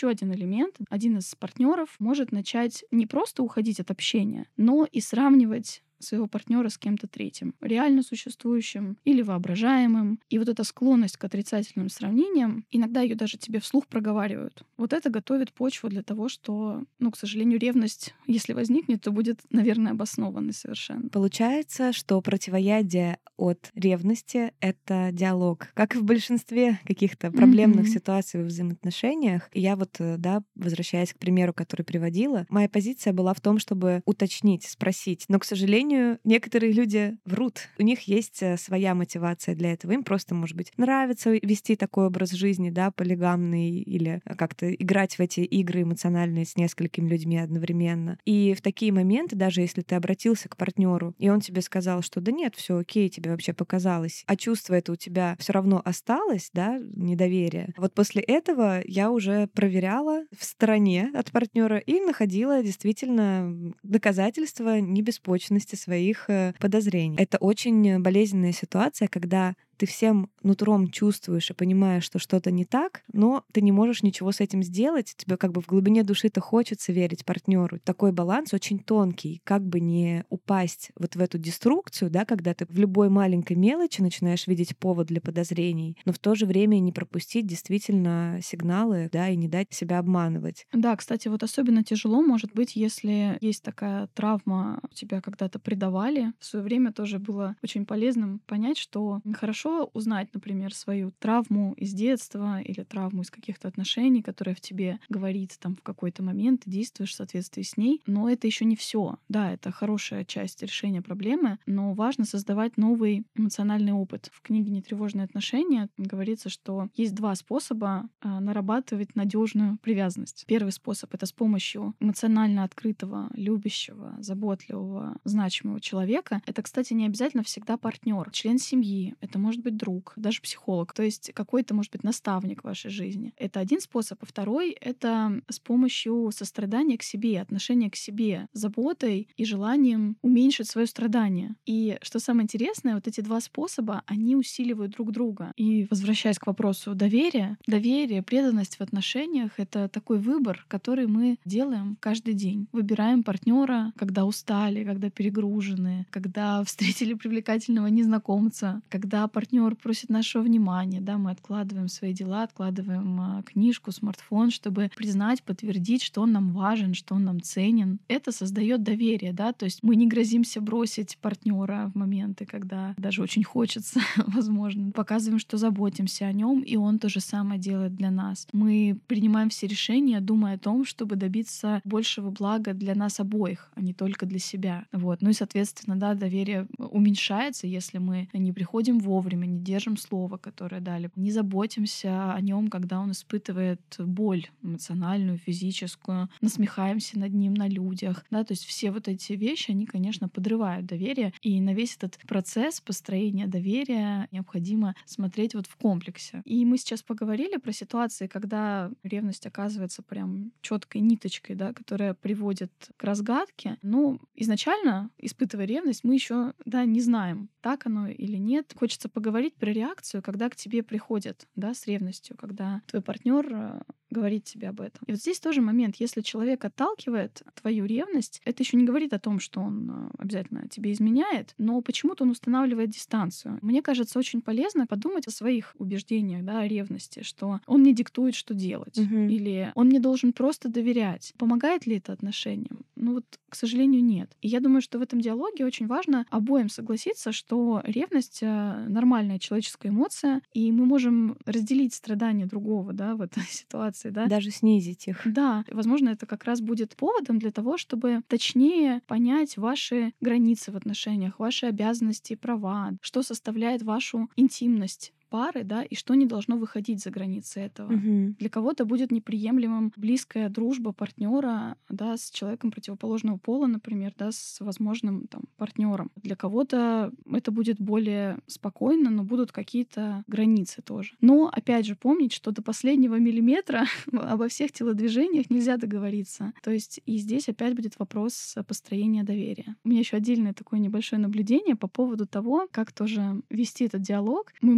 еще один элемент. Один из партнеров может начать не просто уходить от общения, но и сравнивать своего партнера с кем-то третьим, реально существующим или воображаемым. И вот эта склонность к отрицательным сравнениям, иногда ее даже тебе вслух проговаривают. Вот это готовит почву для того, что, к сожалению, ревность, если возникнет, то будет, наверное, обоснованной совершенно. Получается, что противоядие от ревности — это диалог. Как и в большинстве каких-то проблемных ситуаций в взаимоотношениях. И я возвращаясь к примеру, который приводила, моя позиция была в том, чтобы уточнить, спросить. Но, к сожалению, некоторые люди врут. У них есть своя мотивация для этого. Им просто, может быть, нравится вести такой образ жизни, полигамный, или как-то играть в эти игры эмоциональные с несколькими людьми одновременно. И в такие моменты, даже если ты обратился к партнеру, и он тебе сказал, что да нет, все окей, тебе вообще показалось, а чувство это у тебя все равно осталось, недоверие. Вот после этого я уже проверяла в стороне от партнера и находила действительно доказательства небеспочвенности своих подозрений. Это очень болезненная ситуация, когда ты всем нутром чувствуешь и понимаешь, что что-то не так, но ты не можешь ничего с этим сделать. Тебе как бы в глубине души-то хочется верить партнеру. Такой баланс очень тонкий, как бы не упасть вот в эту деструкцию, когда ты в любой маленькой мелочи начинаешь видеть повод для подозрений, но в то же время не пропустить действительно сигналы, и не дать себя обманывать. Да, кстати, вот особенно тяжело может быть, если есть такая травма, тебя когда-то предавали. В свое время тоже было очень полезным понять, что хорошо узнать, например, свою травму из детства или травму из каких-то отношений, которая в тебе говорит в какой-то момент, ты действуешь в соответствии с ней, но это еще не все. Да, это хорошая часть решения проблемы, но важно создавать новый эмоциональный опыт. В книге «Нетревожные отношения» говорится, что есть два способа нарабатывать надежную привязанность. Первый способ — это с помощью эмоционально открытого, любящего, заботливого, значимого человека. Это, кстати, не обязательно всегда партнер, член семьи, это может быть друг, даже психолог, то есть какой-то, может быть, наставник в вашей жизни. Это один способ. А второй — это с помощью сострадания к себе, отношения к себе, заботой и желанием уменьшить свое страдание. И что самое интересное, вот эти два способа, они усиливают друг друга. И возвращаясь к вопросу доверия, преданность в отношениях — это такой выбор, который мы делаем каждый день. Выбираем партнера, когда устали, когда перегружены, когда встретили привлекательного незнакомца, когда партнер просит нашего внимания, мы откладываем свои дела, откладываем книжку, смартфон, чтобы признать, подтвердить, что он нам важен, что он нам ценен. Это создает доверие, то есть мы не грозимся бросить партнера в моменты, когда даже очень хочется, возможно. Показываем, что заботимся о нем, и он то же самое делает для нас. Мы принимаем все решения, думая о том, чтобы добиться большего блага для нас обоих, а не только для себя. Ну и, соответственно, доверие уменьшается, если мы не приходим вовремя, не держим слово, которое дали, не заботимся о нем, когда он испытывает боль эмоциональную, физическую, насмехаемся над ним на людях. То есть все вот эти вещи, они, конечно, подрывают доверие. И на весь этот процесс построения доверия необходимо смотреть в комплексе. И мы сейчас поговорили про ситуации, когда ревность оказывается прям четкой ниточкой, которая приводит к разгадке. Но изначально, испытывая ревность, мы еще не знаем, так оно или нет. Хочется поговорить про реакцию, когда к тебе приходят с ревностью, когда твой партнер говорит тебе об этом. И вот здесь тоже момент, если человек отталкивает твою ревность, это еще не говорит о том, что он обязательно тебе изменяет, но почему-то он устанавливает дистанцию. Мне кажется, очень полезно подумать о своих убеждениях, о ревности, что он мне диктует, что делать, или он мне должен просто доверять. Помогает ли это отношениям? К сожалению, нет. И я думаю, что в этом диалоге очень важно обоим согласиться, что ревность — нормальная человеческая эмоция, и мы можем разделить страдания другого, в этой ситуации, Даже снизить их. Да, возможно, это как раз будет поводом для того, чтобы точнее понять ваши границы в отношениях, ваши обязанности и права, что составляет вашу интимность пары, и что не должно выходить за границы этого. Для кого-то будет неприемлемым близкая дружба партнера, с человеком противоположного пола, например, с возможным партнером. Для кого-то это будет более спокойно, но будут какие-то границы тоже. Но опять же помнить, что до последнего миллиметра обо всех телодвижениях нельзя договориться. То есть и здесь опять будет вопрос построения доверия. У меня еще отдельное такое небольшое наблюдение по поводу того, как тоже вести этот диалог. Мы много слышим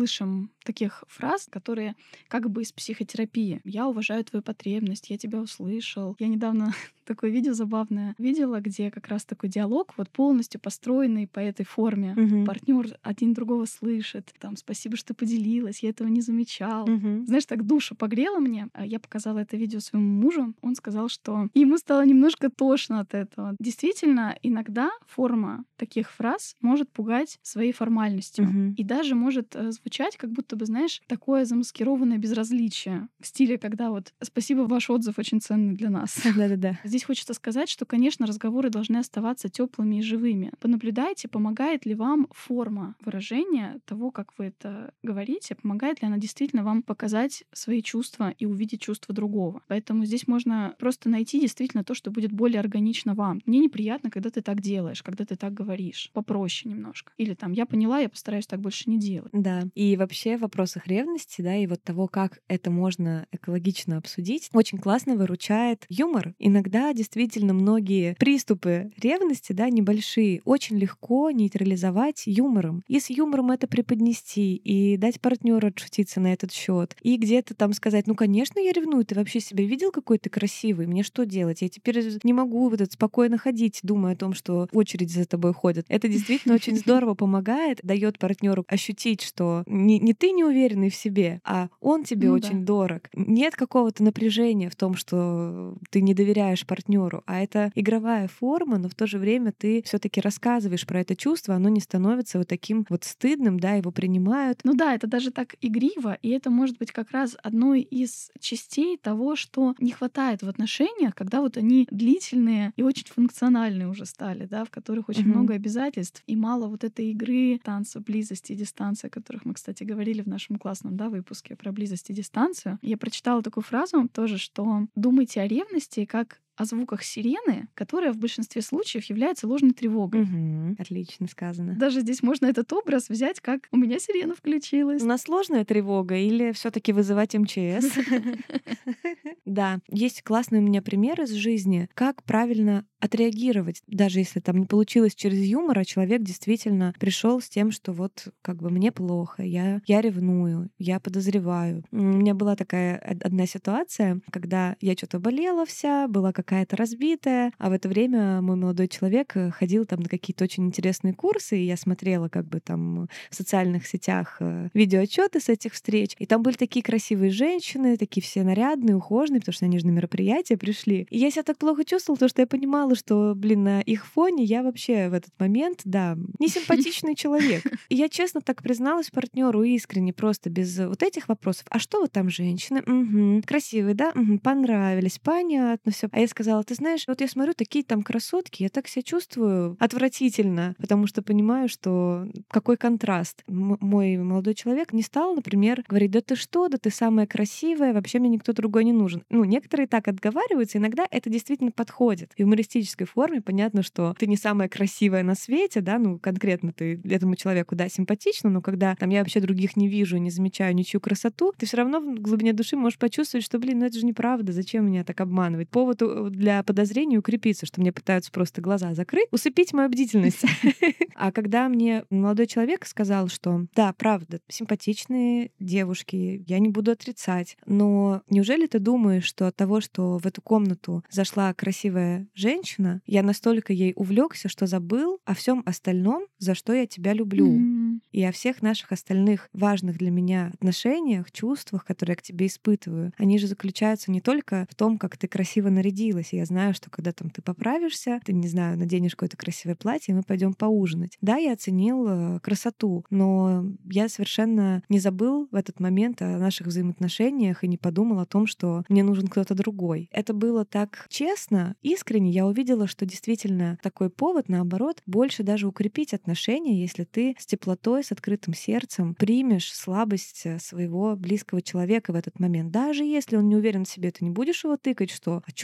слышим таких фраз, которые как бы из психотерапии. Я уважаю твою потребность, я тебя услышал. Я недавно такое видео забавное видела, где как раз такой диалог, вот полностью построенный по этой форме. Мгм. Партнер один другого слышит, там, спасибо, что поделилась, я этого не замечал. Мгм. Знаешь, так душу погрело мне. Я показала это видео своему мужу. Он сказал, что ему стало немножко тошно от этого. Действительно, иногда форма таких фраз может пугать своей формальностью. Мгм. И даже может звучать, как будто бы, знаешь, такое замаскированное безразличие. В стиле, когда вот «спасибо, ваш отзыв очень ценный для нас». Да-да-да. Здесь хочется сказать, что, конечно, разговоры должны оставаться теплыми и живыми. Понаблюдайте, помогает ли вам форма выражения того, как вы это говорите, помогает ли она действительно вам показать свои чувства и увидеть чувства другого. Поэтому здесь можно просто найти действительно то, что будет более органично вам. Мне неприятно, когда ты так делаешь, когда ты так говоришь. Попроще немножко. Или там «я поняла, я постараюсь так больше не делать». Да. И вообще в вопросах ревности, да, и вот того, как это можно экологично обсудить, очень классно выручает юмор. Иногда действительно многие приступы ревности, да, небольшие, очень легко нейтрализовать юмором. И с юмором это преподнести, и дать партнеру отшутиться на этот счет, и где-то там сказать: ну, конечно, я ревную, ты вообще себя видел, какой ты красивый, мне что делать? Я теперь не могу вот это спокойно ходить, думая о том, что очередь за тобой ходит. Это действительно очень здорово помогает, дает партнеру ощутить, что не ты не уверенный в себе, а он тебе Ну да. очень дорог. Нет какого-то напряжения в том, что ты не доверяешь партнеру, а это игровая форма, но в то же время ты все-таки рассказываешь про это чувство, оно не становится вот таким вот стыдным, да, его принимают. Ну да, это даже так игриво, и это может быть как раз одной из частей того, что не хватает в отношениях, когда вот они длительные и очень функциональные уже стали, да, в которых очень Мгм. много обязательств и мало вот этой игры, танца, близости и дистанции, о которых мы, кстати, говорили в нашем классном, да, выпуске про близость и дистанцию. Я прочитала такую фразу тоже, что думайте о ревности как о звуках сирены, которая в большинстве случаев является ложной тревогой. Мгм. Отлично сказано. Даже здесь можно этот образ взять, как «у меня сирена У включилась». нас сложная тревога или все-таки вызывать МЧС? Да, есть классный у меня пример из жизни, как правильно отреагировать, даже если там не получилось через юмор, а человек действительно пришел с тем, что вот как бы мне плохо, я ревную, я подозреваю. У меня была такая одна ситуация, когда я что-то болела вся, была какая-то разбитая, а в это время мой молодой человек ходил там на какие-то очень интересные курсы, и я смотрела как бы там в социальных сетях видеоотчеты с этих встреч, и там были такие красивые женщины, такие все нарядные, ухоженные, потому что они же на мероприятие пришли. И я себя так плохо чувствовала, потому что я понимала, что, блин, на их фоне я вообще в этот момент, да, несимпатичный человек. И я честно так призналась партнеру искренне, просто без вот этих вопросов. А что вот там женщины? Угу. Красивые, да? Угу. Понравились, понятно, все. А я сказала: ты знаешь, вот я смотрю, такие там красотки, я так себя чувствую отвратительно, потому что понимаю, что какой контраст. Мой молодой человек не стал, например, говорить: да ты что, да ты самая красивая, вообще мне никто другой не нужен. Ну, некоторые так отговариваются, иногда это действительно подходит. В юмористической форме понятно, что ты не самая красивая на свете, да, ну, конкретно ты этому человеку, да, симпатична, но когда там я вообще других не вижу, не замечаю ничью красоту, ты все равно в глубине души можешь почувствовать, что, блин, ну это же неправда, зачем меня так обманывать? Повод для подозрений укрепиться, что мне пытаются просто глаза закрыть, усыпить мою бдительность. А когда мне молодой человек сказал, что да, правда, симпатичные девушки, я не буду отрицать, но неужели ты думаешь, что от того, что в эту комнату зашла красивая женщина, я настолько ей увлекся, что забыл о всем остальном, за что я тебя люблю, Мгм. и о всех наших остальных важных для меня отношениях, чувствах, которые я к тебе испытываю. Они же заключаются не только в том, как ты красиво нарядилась. И я знаю, что когда там ты поправишься, ты, не знаю, наденешь какое-то красивое платье, и мы пойдем поужинать. Да, я оценил красоту, но я совершенно не забыл в этот момент о наших взаимоотношениях и не подумал о том, что мне нужен кто-то другой. Это было так честно, искренне. Я увидела, что действительно такой повод, наоборот, больше даже укрепить отношения, если ты с теплотой, с открытым сердцем примешь слабость своего близкого человека в этот момент. Даже если он не уверен в себе, ты не будешь его тыкать, что «а чё ты меня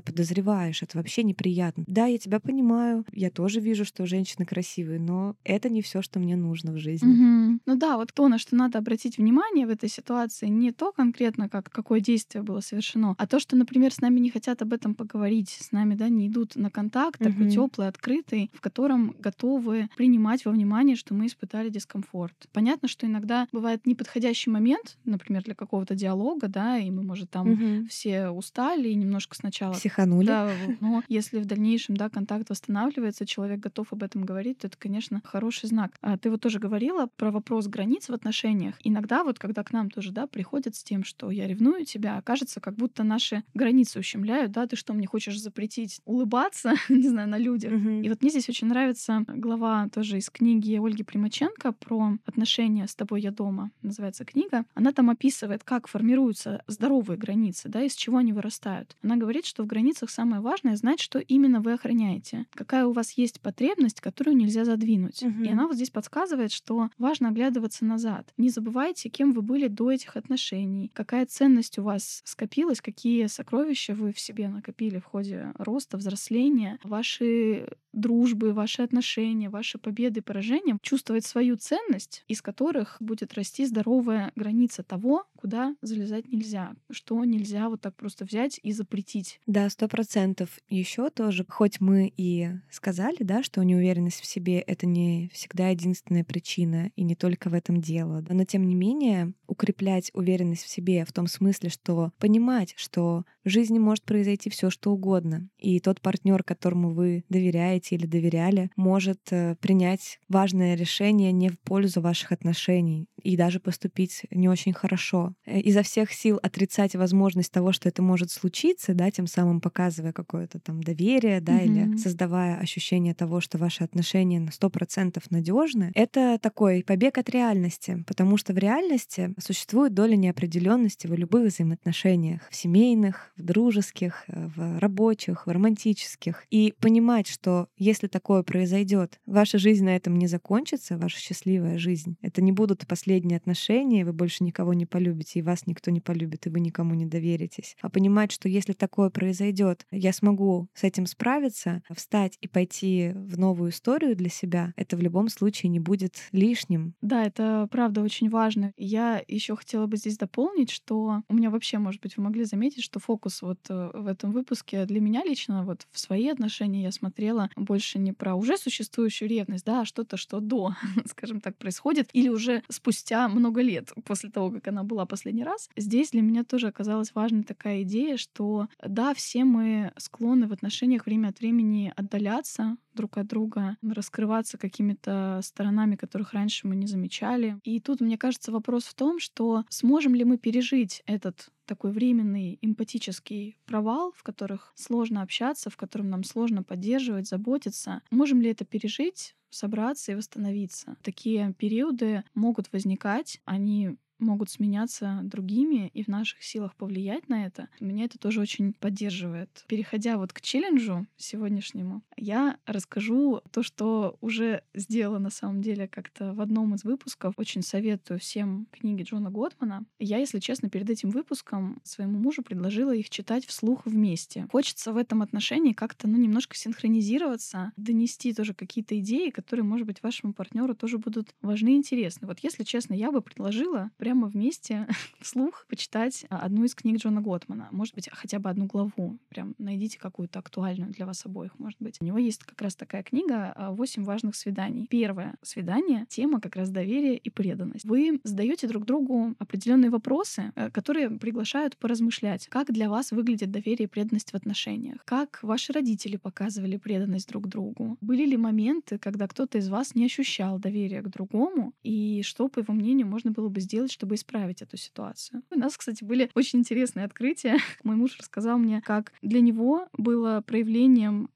подозреваешь. Это вообще неприятно. Да, я тебя понимаю, я тоже вижу, что женщины красивые, но это не все, что мне нужно в жизни. Ну да, вот то, на что надо обратить внимание в этой ситуации, не то конкретно, какое действие было совершено, а то, что, например, с нами не хотят об этом поговорить, с нами, да, не идут на контакт такой теплый, открытый, в котором готовы принимать во внимание, что мы испытали дискомфорт. Понятно, что иногда бывает неподходящий момент, например, для какого-то диалога, да, и мы, может, там все устали и немножко сначала Психанули. да, но если в дальнейшем, да, контакт восстанавливается, человек готов об этом говорить, то это, конечно, хороший знак. А ты вот тоже говорила про вопрос границ в отношениях. Иногда вот, когда к нам тоже, да, приходят с тем, что я ревную тебя, кажется, как будто наши границы ущемляют, да, ты что, мне хочешь запретить улыбаться, не знаю, на людях? И вот мне здесь очень нравится глава тоже из книги Ольги Примаченко про отношения «С тобой я дома», называется книга. Она там описывает, как формируются здоровые границы, да, из чего они вырастают. Она говорит, что в границах самое важное знать, что именно вы охраняете, какая у вас есть потребность, которую нельзя задвинуть. И она вот здесь подсказывает, что важно оглядываться назад. Не забывайте, кем вы были до этих отношений, какая ценность у вас скопилась, какие сокровища вы в себе накопили в ходе роста, взросления, ваши дружбы, ваши отношения, ваши победы и поражения, чувствовать свою ценность, из которых будет расти здоровая граница того, куда залезать нельзя, что нельзя вот так просто взять и запретить. Да, 100%. Еще тоже, хоть мы и сказали, да, что неуверенность в себе — это не всегда единственная причина, и не только в этом дело, да, но тем не менее укреплять уверенность в себе в том смысле, что понимать, что в жизни может произойти все, что угодно, и тот партнер, которому вы доверяете или доверяли, может принять важное решение не в пользу ваших отношений и даже поступить не очень хорошо. Изо всех сил отрицать возможность того, что это может случиться, да, тем самым показывая какое-то там доверие, да, или создавая ощущение того, что ваши отношения на 100% надежны, это такой побег от реальности, потому что в реальности существует доля неопределенности в любых взаимоотношениях, в семейных, в дружеских, в рабочих, в романтических. И понимать, что если такое произойдет, ваша жизнь на этом не закончится, ваша счастливая жизнь. Это не будут последние отношения, вы больше никого не полюбите, и вас никто не полюбит, и вы никому не доверитесь. А понимать, что если такое произойдет, я смогу с этим справиться, встать и пойти в новую историю для себя, это в любом случае не будет лишним. Да, это правда очень важно. Я еще хотела бы здесь дополнить, что у меня вообще, может быть, вы могли заметить, что фокус вот в этом выпуске для меня лично вот в свои отношения я смотрела больше не про уже существующую ревность, да, а что-то, что до, скажем так, происходит, или уже спустя много лет после того, как она была последний раз. Здесь для меня тоже оказалась важной такая идея, что да, все мы склонны в отношениях время от времени отдаляться друг от друга, раскрываться какими-то сторонами, которых раньше мы не замечали. И тут, мне кажется, вопрос в том, что сможем ли мы пережить этот такой временный эмпатический провал, в которых сложно общаться, в котором нам сложно поддерживать, заботиться. Можем ли это пережить, собраться и восстановиться? Такие периоды могут возникать, они могут сменяться другими, и в наших силах повлиять на это. Меня это тоже очень поддерживает. Переходя вот к челленджу сегодняшнему, я расскажу то, что уже сделала на самом деле как-то в одном из выпусков. Очень советую всем книги Джона Готмана. Я, если честно, перед этим выпуском своему мужу предложила их читать вслух вместе. Хочется в этом отношении как-то, неможко синхронизироваться, донести тоже какие-то идеи, которые, может быть, вашему партнеру тоже будут важны и интересны. Вот, если честно, я бы предложила прямо вместе вслух почитать одну из книг Джона Готмана. Может быть, хотя бы одну главу. Прям найдите какую-то актуальную для вас обоих, может быть. У него есть как раз такая книга «8 важных свиданий». Первое свидание — тема как раз доверия и преданность. Вы задаете друг другу определенные вопросы, которые приглашают поразмышлять. Как для вас выглядит доверие и преданность в отношениях? Как ваши родители показывали преданность друг другу? Были ли моменты, когда кто-то из вас не ощущал доверия к другому? И что, по его мнению, можно было бы сделать, чтобы исправить эту ситуацию? У нас, кстати, были очень интересные открытия. Мой муж рассказал мне, как для него было проявлением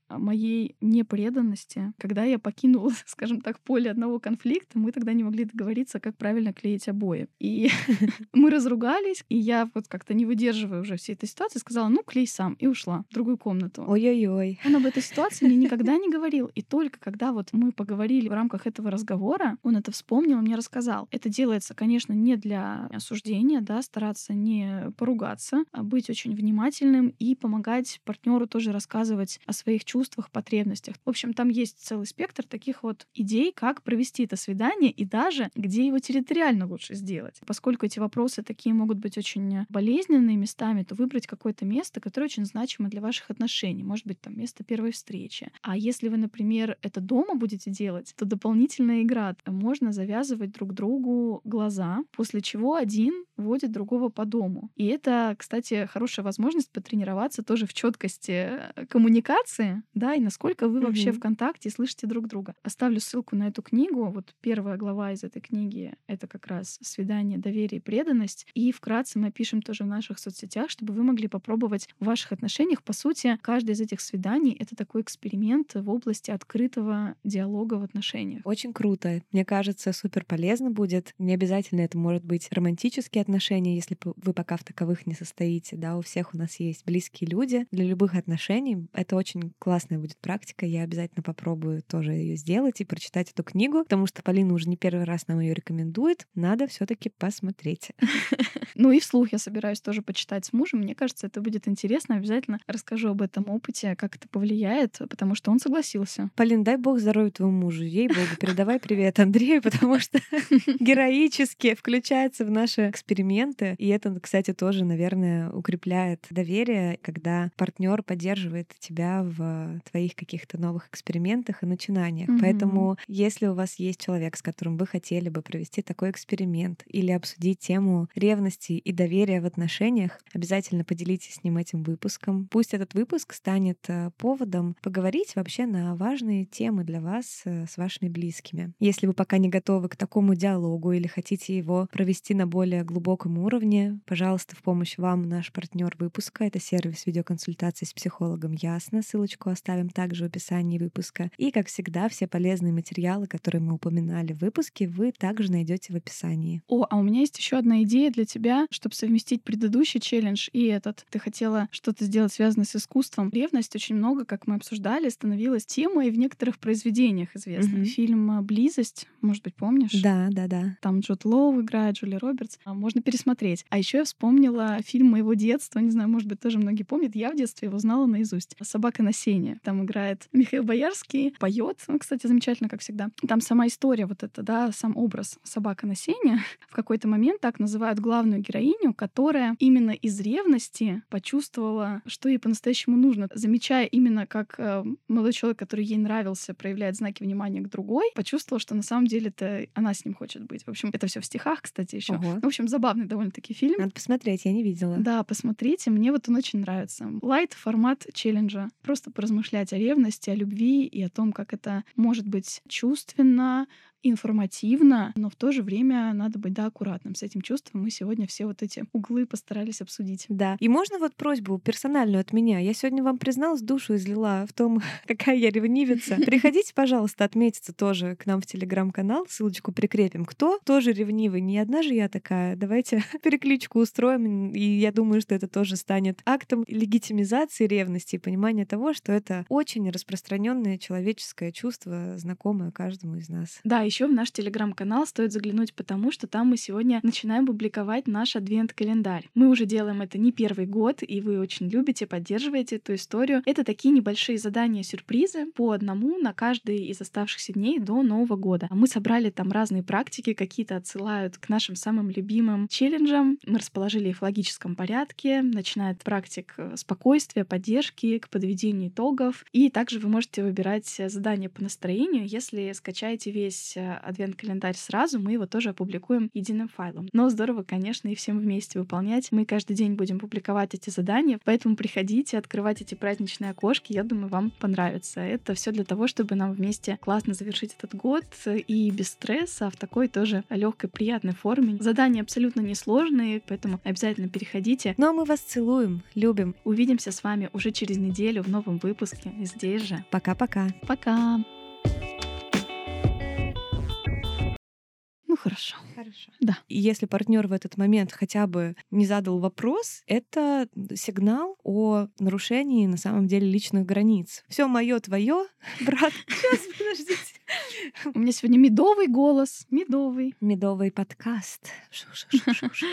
моей непреданности. Когда я покинула, скажем так, поле одного конфликта, мы тогда не могли договориться, как правильно клеить обои. И мы разругались, и я вот как-то не выдерживая уже всей этой ситуации, сказала: ну, клей сам, и ушла в другую комнату. Ой-ой-ой. Он об этой ситуации мне никогда не говорил. И только когда вот мы поговорили в рамках этого разговора, он это вспомнил и мне рассказал. Это делается, конечно, не для осуждения, да, стараться не поругаться, а быть очень внимательным и помогать партнеру тоже рассказывать о своих чувствах, потребностях. В общем, там есть целый спектр таких вот идей, как провести это свидание и даже где его территориально лучше сделать. Поскольку эти вопросы такие могут быть очень болезненные местами, то выбрать какое-то место, которое очень значимо для ваших отношений. Может быть, там место первой встречи. А если вы, например, это дома будете делать, то дополнительная игра. Можно завязывать друг другу глаза, после чего один водит другого по дому. И это, кстати, хорошая возможность потренироваться тоже в четкости коммуникации, да, и насколько вы вообще в контакте и слышите друг друга. Оставлю ссылку на эту книгу. Вот первая глава из этой книги — это как раз свидание, доверие, преданность. И вкратце мы пишем тоже в наших соцсетях, чтобы вы могли попробовать в ваших отношениях. По сути, каждое из этих свиданий — это такой эксперимент в области открытого диалога в отношениях. Очень круто. Мне кажется, супер полезно будет. Не обязательно это может быть романтические отношения, если вы пока в таковых не состоите. Да, у всех у нас есть близкие люди. Для любых отношений это очень классная будет практика. Я обязательно попробую тоже ее сделать и прочитать эту книгу, потому что Полина уже не первый раз нам ее рекомендует. Надо все-таки посмотреть. Ну и вслух я собираюсь тоже почитать с мужем. Мне кажется, это будет интересно. Обязательно расскажу об этом опыте, как это повлияет, потому что он согласился. Полин, дай бог здоровья твоему мужу. Ей-богу, передавай привет Андрею, потому что героически включается в наши эксперименты. И это, кстати, тоже, наверное, укрепляет доверие, когда партнер поддерживает тебя в твоих каких-то новых экспериментах и начинаниях. Поэтому, если у вас есть человек, с которым вы хотели бы провести такой эксперимент или обсудить тему ревности и доверия в отношениях, обязательно поделитесь с ним этим выпуском. Пусть этот выпуск станет поводом поговорить вообще на важные темы для вас с вашими близкими. Если вы пока не готовы к такому диалогу или хотите его провести на более глубоком уровне, пожалуйста, в помощь вам наш партнер выпуска — это сервис видеоконсультаций с психологом Ясно. Ссылочку оставим также в описании выпуска. И, как всегда, все полезные материалы, которые мы упоминали в выпуске, вы также найдете в описании. А у меня есть еще одна идея для тебя, чтобы совместить предыдущий челлендж и этот. Ты хотела что-то сделать, связанное с искусством. Ревность очень много, как мы обсуждали, становилась темой в некоторых произведениях известных. Фильм «Близость», может быть, помнишь? Да. Там Джуд Лоу играет, Джулия Робертс. Можно пересмотреть. А еще я вспомнила фильм моего детства. Не знаю, может быть, тоже многие помнят. Я в детстве его знала наизусть. «Собака на сене». Там играет Михаил Боярский, поет, кстати, замечательно, как всегда. Там сама история вот эта, да, сам образ «Собака на сене». В какой-то момент так называют главную героиню, которая именно из ревности почувствовала, что ей по-настоящему нужно. Замечая именно, как молодой человек, который ей нравился, проявляет знаки внимания к другой, почувствовала, что на самом деле-то она с ним хочет быть. В общем, это все в стихах, кстати, еще. В общем, забавный довольно-таки фильм. Надо посмотреть, я не видела. Да, посмотрите, мне вот он очень нравится. Лайт формат челленджа. Просто поразмышлять о ревности, о любви и о том, как это может быть чувственно, информативно, но в то же время надо быть, да, аккуратным с этим чувством. Мы сегодня все вот эти углы постарались обсудить. Да. И можно вот просьбу персональную от меня? Я сегодня вам призналась, душу излила в том, какая я ревнивица. Приходите, пожалуйста, отметиться тоже к нам в Телеграм-канал. Ссылочку прикрепим. Кто тоже ревнивый? Не одна же я такая. Давайте перекличку устроим. И я думаю, что это тоже станет актом легитимизации ревности и понимания того, что это очень распространенное человеческое чувство, знакомое каждому из нас. Да, еще в наш Телеграм-канал стоит заглянуть, потому что там мы сегодня начинаем публиковать наш адвент-календарь. Мы уже делаем это не первый год, и вы очень любите, поддерживаете эту историю. Это такие небольшие задания-сюрпризы по одному на каждый из оставшихся дней до Нового года. Мы собрали там разные практики, какие-то отсылают к нашим самым любимым челленджам. Мы расположили их в логическом порядке, начиная от практик спокойствия, поддержки, к подведению итогов. И также вы можете выбирать задания по настроению, если скачаете весь адвент-календарь сразу, мы его тоже опубликуем единым файлом. Но здорово, конечно, и всем вместе выполнять. Мы каждый день будем публиковать эти задания, поэтому приходите, открывать эти праздничные окошки. Я думаю, вам понравится. Это все для того, чтобы нам вместе классно завершить этот год и без стресса, а в такой тоже легкой, приятной форме. Задания абсолютно несложные, поэтому обязательно переходите. Ну а мы вас целуем, любим. Увидимся с вами уже через неделю в новом выпуске здесь же. Пока-пока. Пока! Ну хорошо. Хорошо. Да. И если партнер в этот момент хотя бы не задал вопрос, это сигнал о нарушении на самом деле личных границ. Все мое, твое, брат. Сейчас, подождите. У меня сегодня медовый голос. Медовый. Медовый подкаст.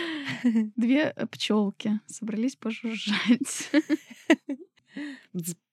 Две пчелки собрались пожужжать.